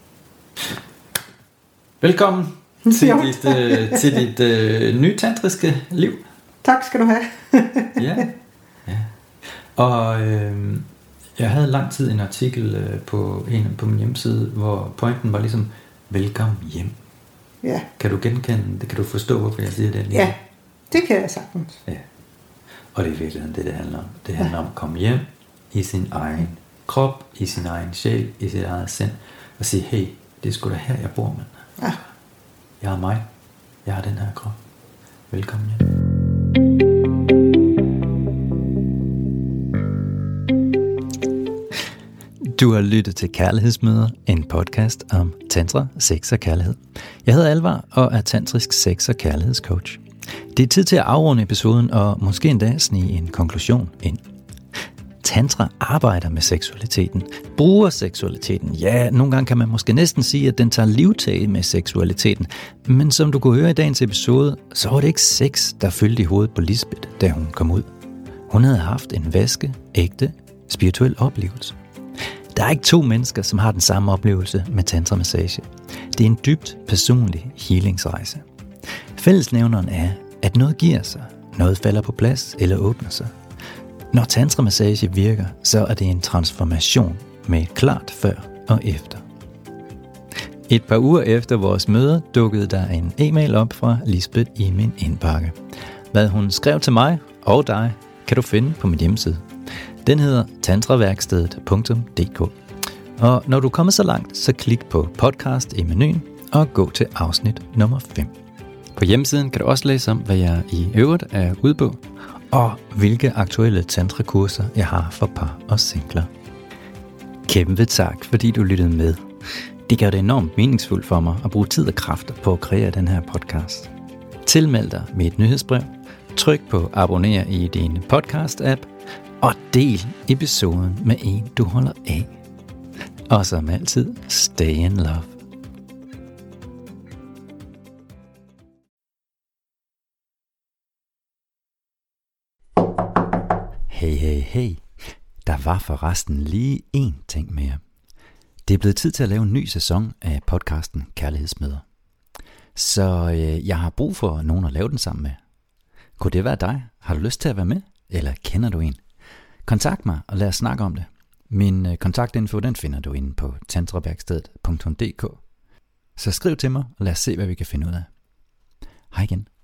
Velkommen til dit nytantriske liv. Tak skal du have. Ja. Og Jeg havde lang tid en artikel på min hjemmeside, hvor pointen var ligesom, velkommen hjem. Ja. Kan du genkende det? Kan du forstå, hvorfor jeg siger det lige? Ja, det kan jeg sagtens. Ja. Og det er virkelig det handler om. Det handler om at komme hjem i sin egen krop, i sin egen sjæl, i sit eget sind, og sige, hey, det er sgu da her, jeg bor, mand. Ja. Jeg er mig. Jeg har den her krop. Velkommen hjem. Du har lyttet til Kærlighedsmøder, en podcast om tantra, sex og kærlighed. Jeg hedder Alvar og er tantrisk sex- og kærlighedscoach. Det er tid til at afrunde episoden og måske endda snige en konklusion ind. Tantra arbejder med seksualiteten, bruger seksualiteten. Ja, nogle gange kan man måske næsten sige, at den tager livtag med seksualiteten. Men som du kunne høre i dagens episode, så var det ikke sex, der fyldte i hovedet på Lisbeth, da hun kom ud. Hun havde haft en ægte, spirituel oplevelse. Der er ikke to mennesker, som har den samme oplevelse med tantramassage. Det er en dybt personlig healingsrejse. Fællesnævneren er, at noget giver sig, noget falder på plads eller åbner sig. Når tantramassage virker, så er det en transformation med et klart før og efter. Et par uger efter vores møde dukkede der en e-mail op fra Lisbeth i min indbakke. Hvad hun skrev til mig og dig, kan du finde på min hjemmeside. Den hedder tantraværkstedet.dk. Og når du er kommet så langt, så klik på podcast i menuen og gå til afsnit nummer 5. På hjemmesiden kan du også læse om, hvad jeg i øvrigt er ude på, og hvilke aktuelle tantrakurser jeg har for par og singler. Kæmpe tak, fordi du lyttede med. Det gør det enormt meningsfuldt for mig at bruge tid og kræfter på at kreere den her podcast. Tilmeld dig med et nyhedsbrev, tryk på abonner i din podcast-app, og del episoden med en, du holder af. Og som altid, stay in love. Hey. Der var forresten lige én ting mere. Det er blevet tid til at lave en ny sæson af podcasten Kærlighedsmøder. Så jeg har brug for nogen at lave den sammen med. Kunne det være dig? Har du lyst til at være med? Eller kender du en? Kontakt mig og lad os snakke om det. Min kontaktinfo, den finder du inde på tantraværkstedet.dk. Så skriv til mig og lad os se, hvad vi kan finde ud af. Hej igen.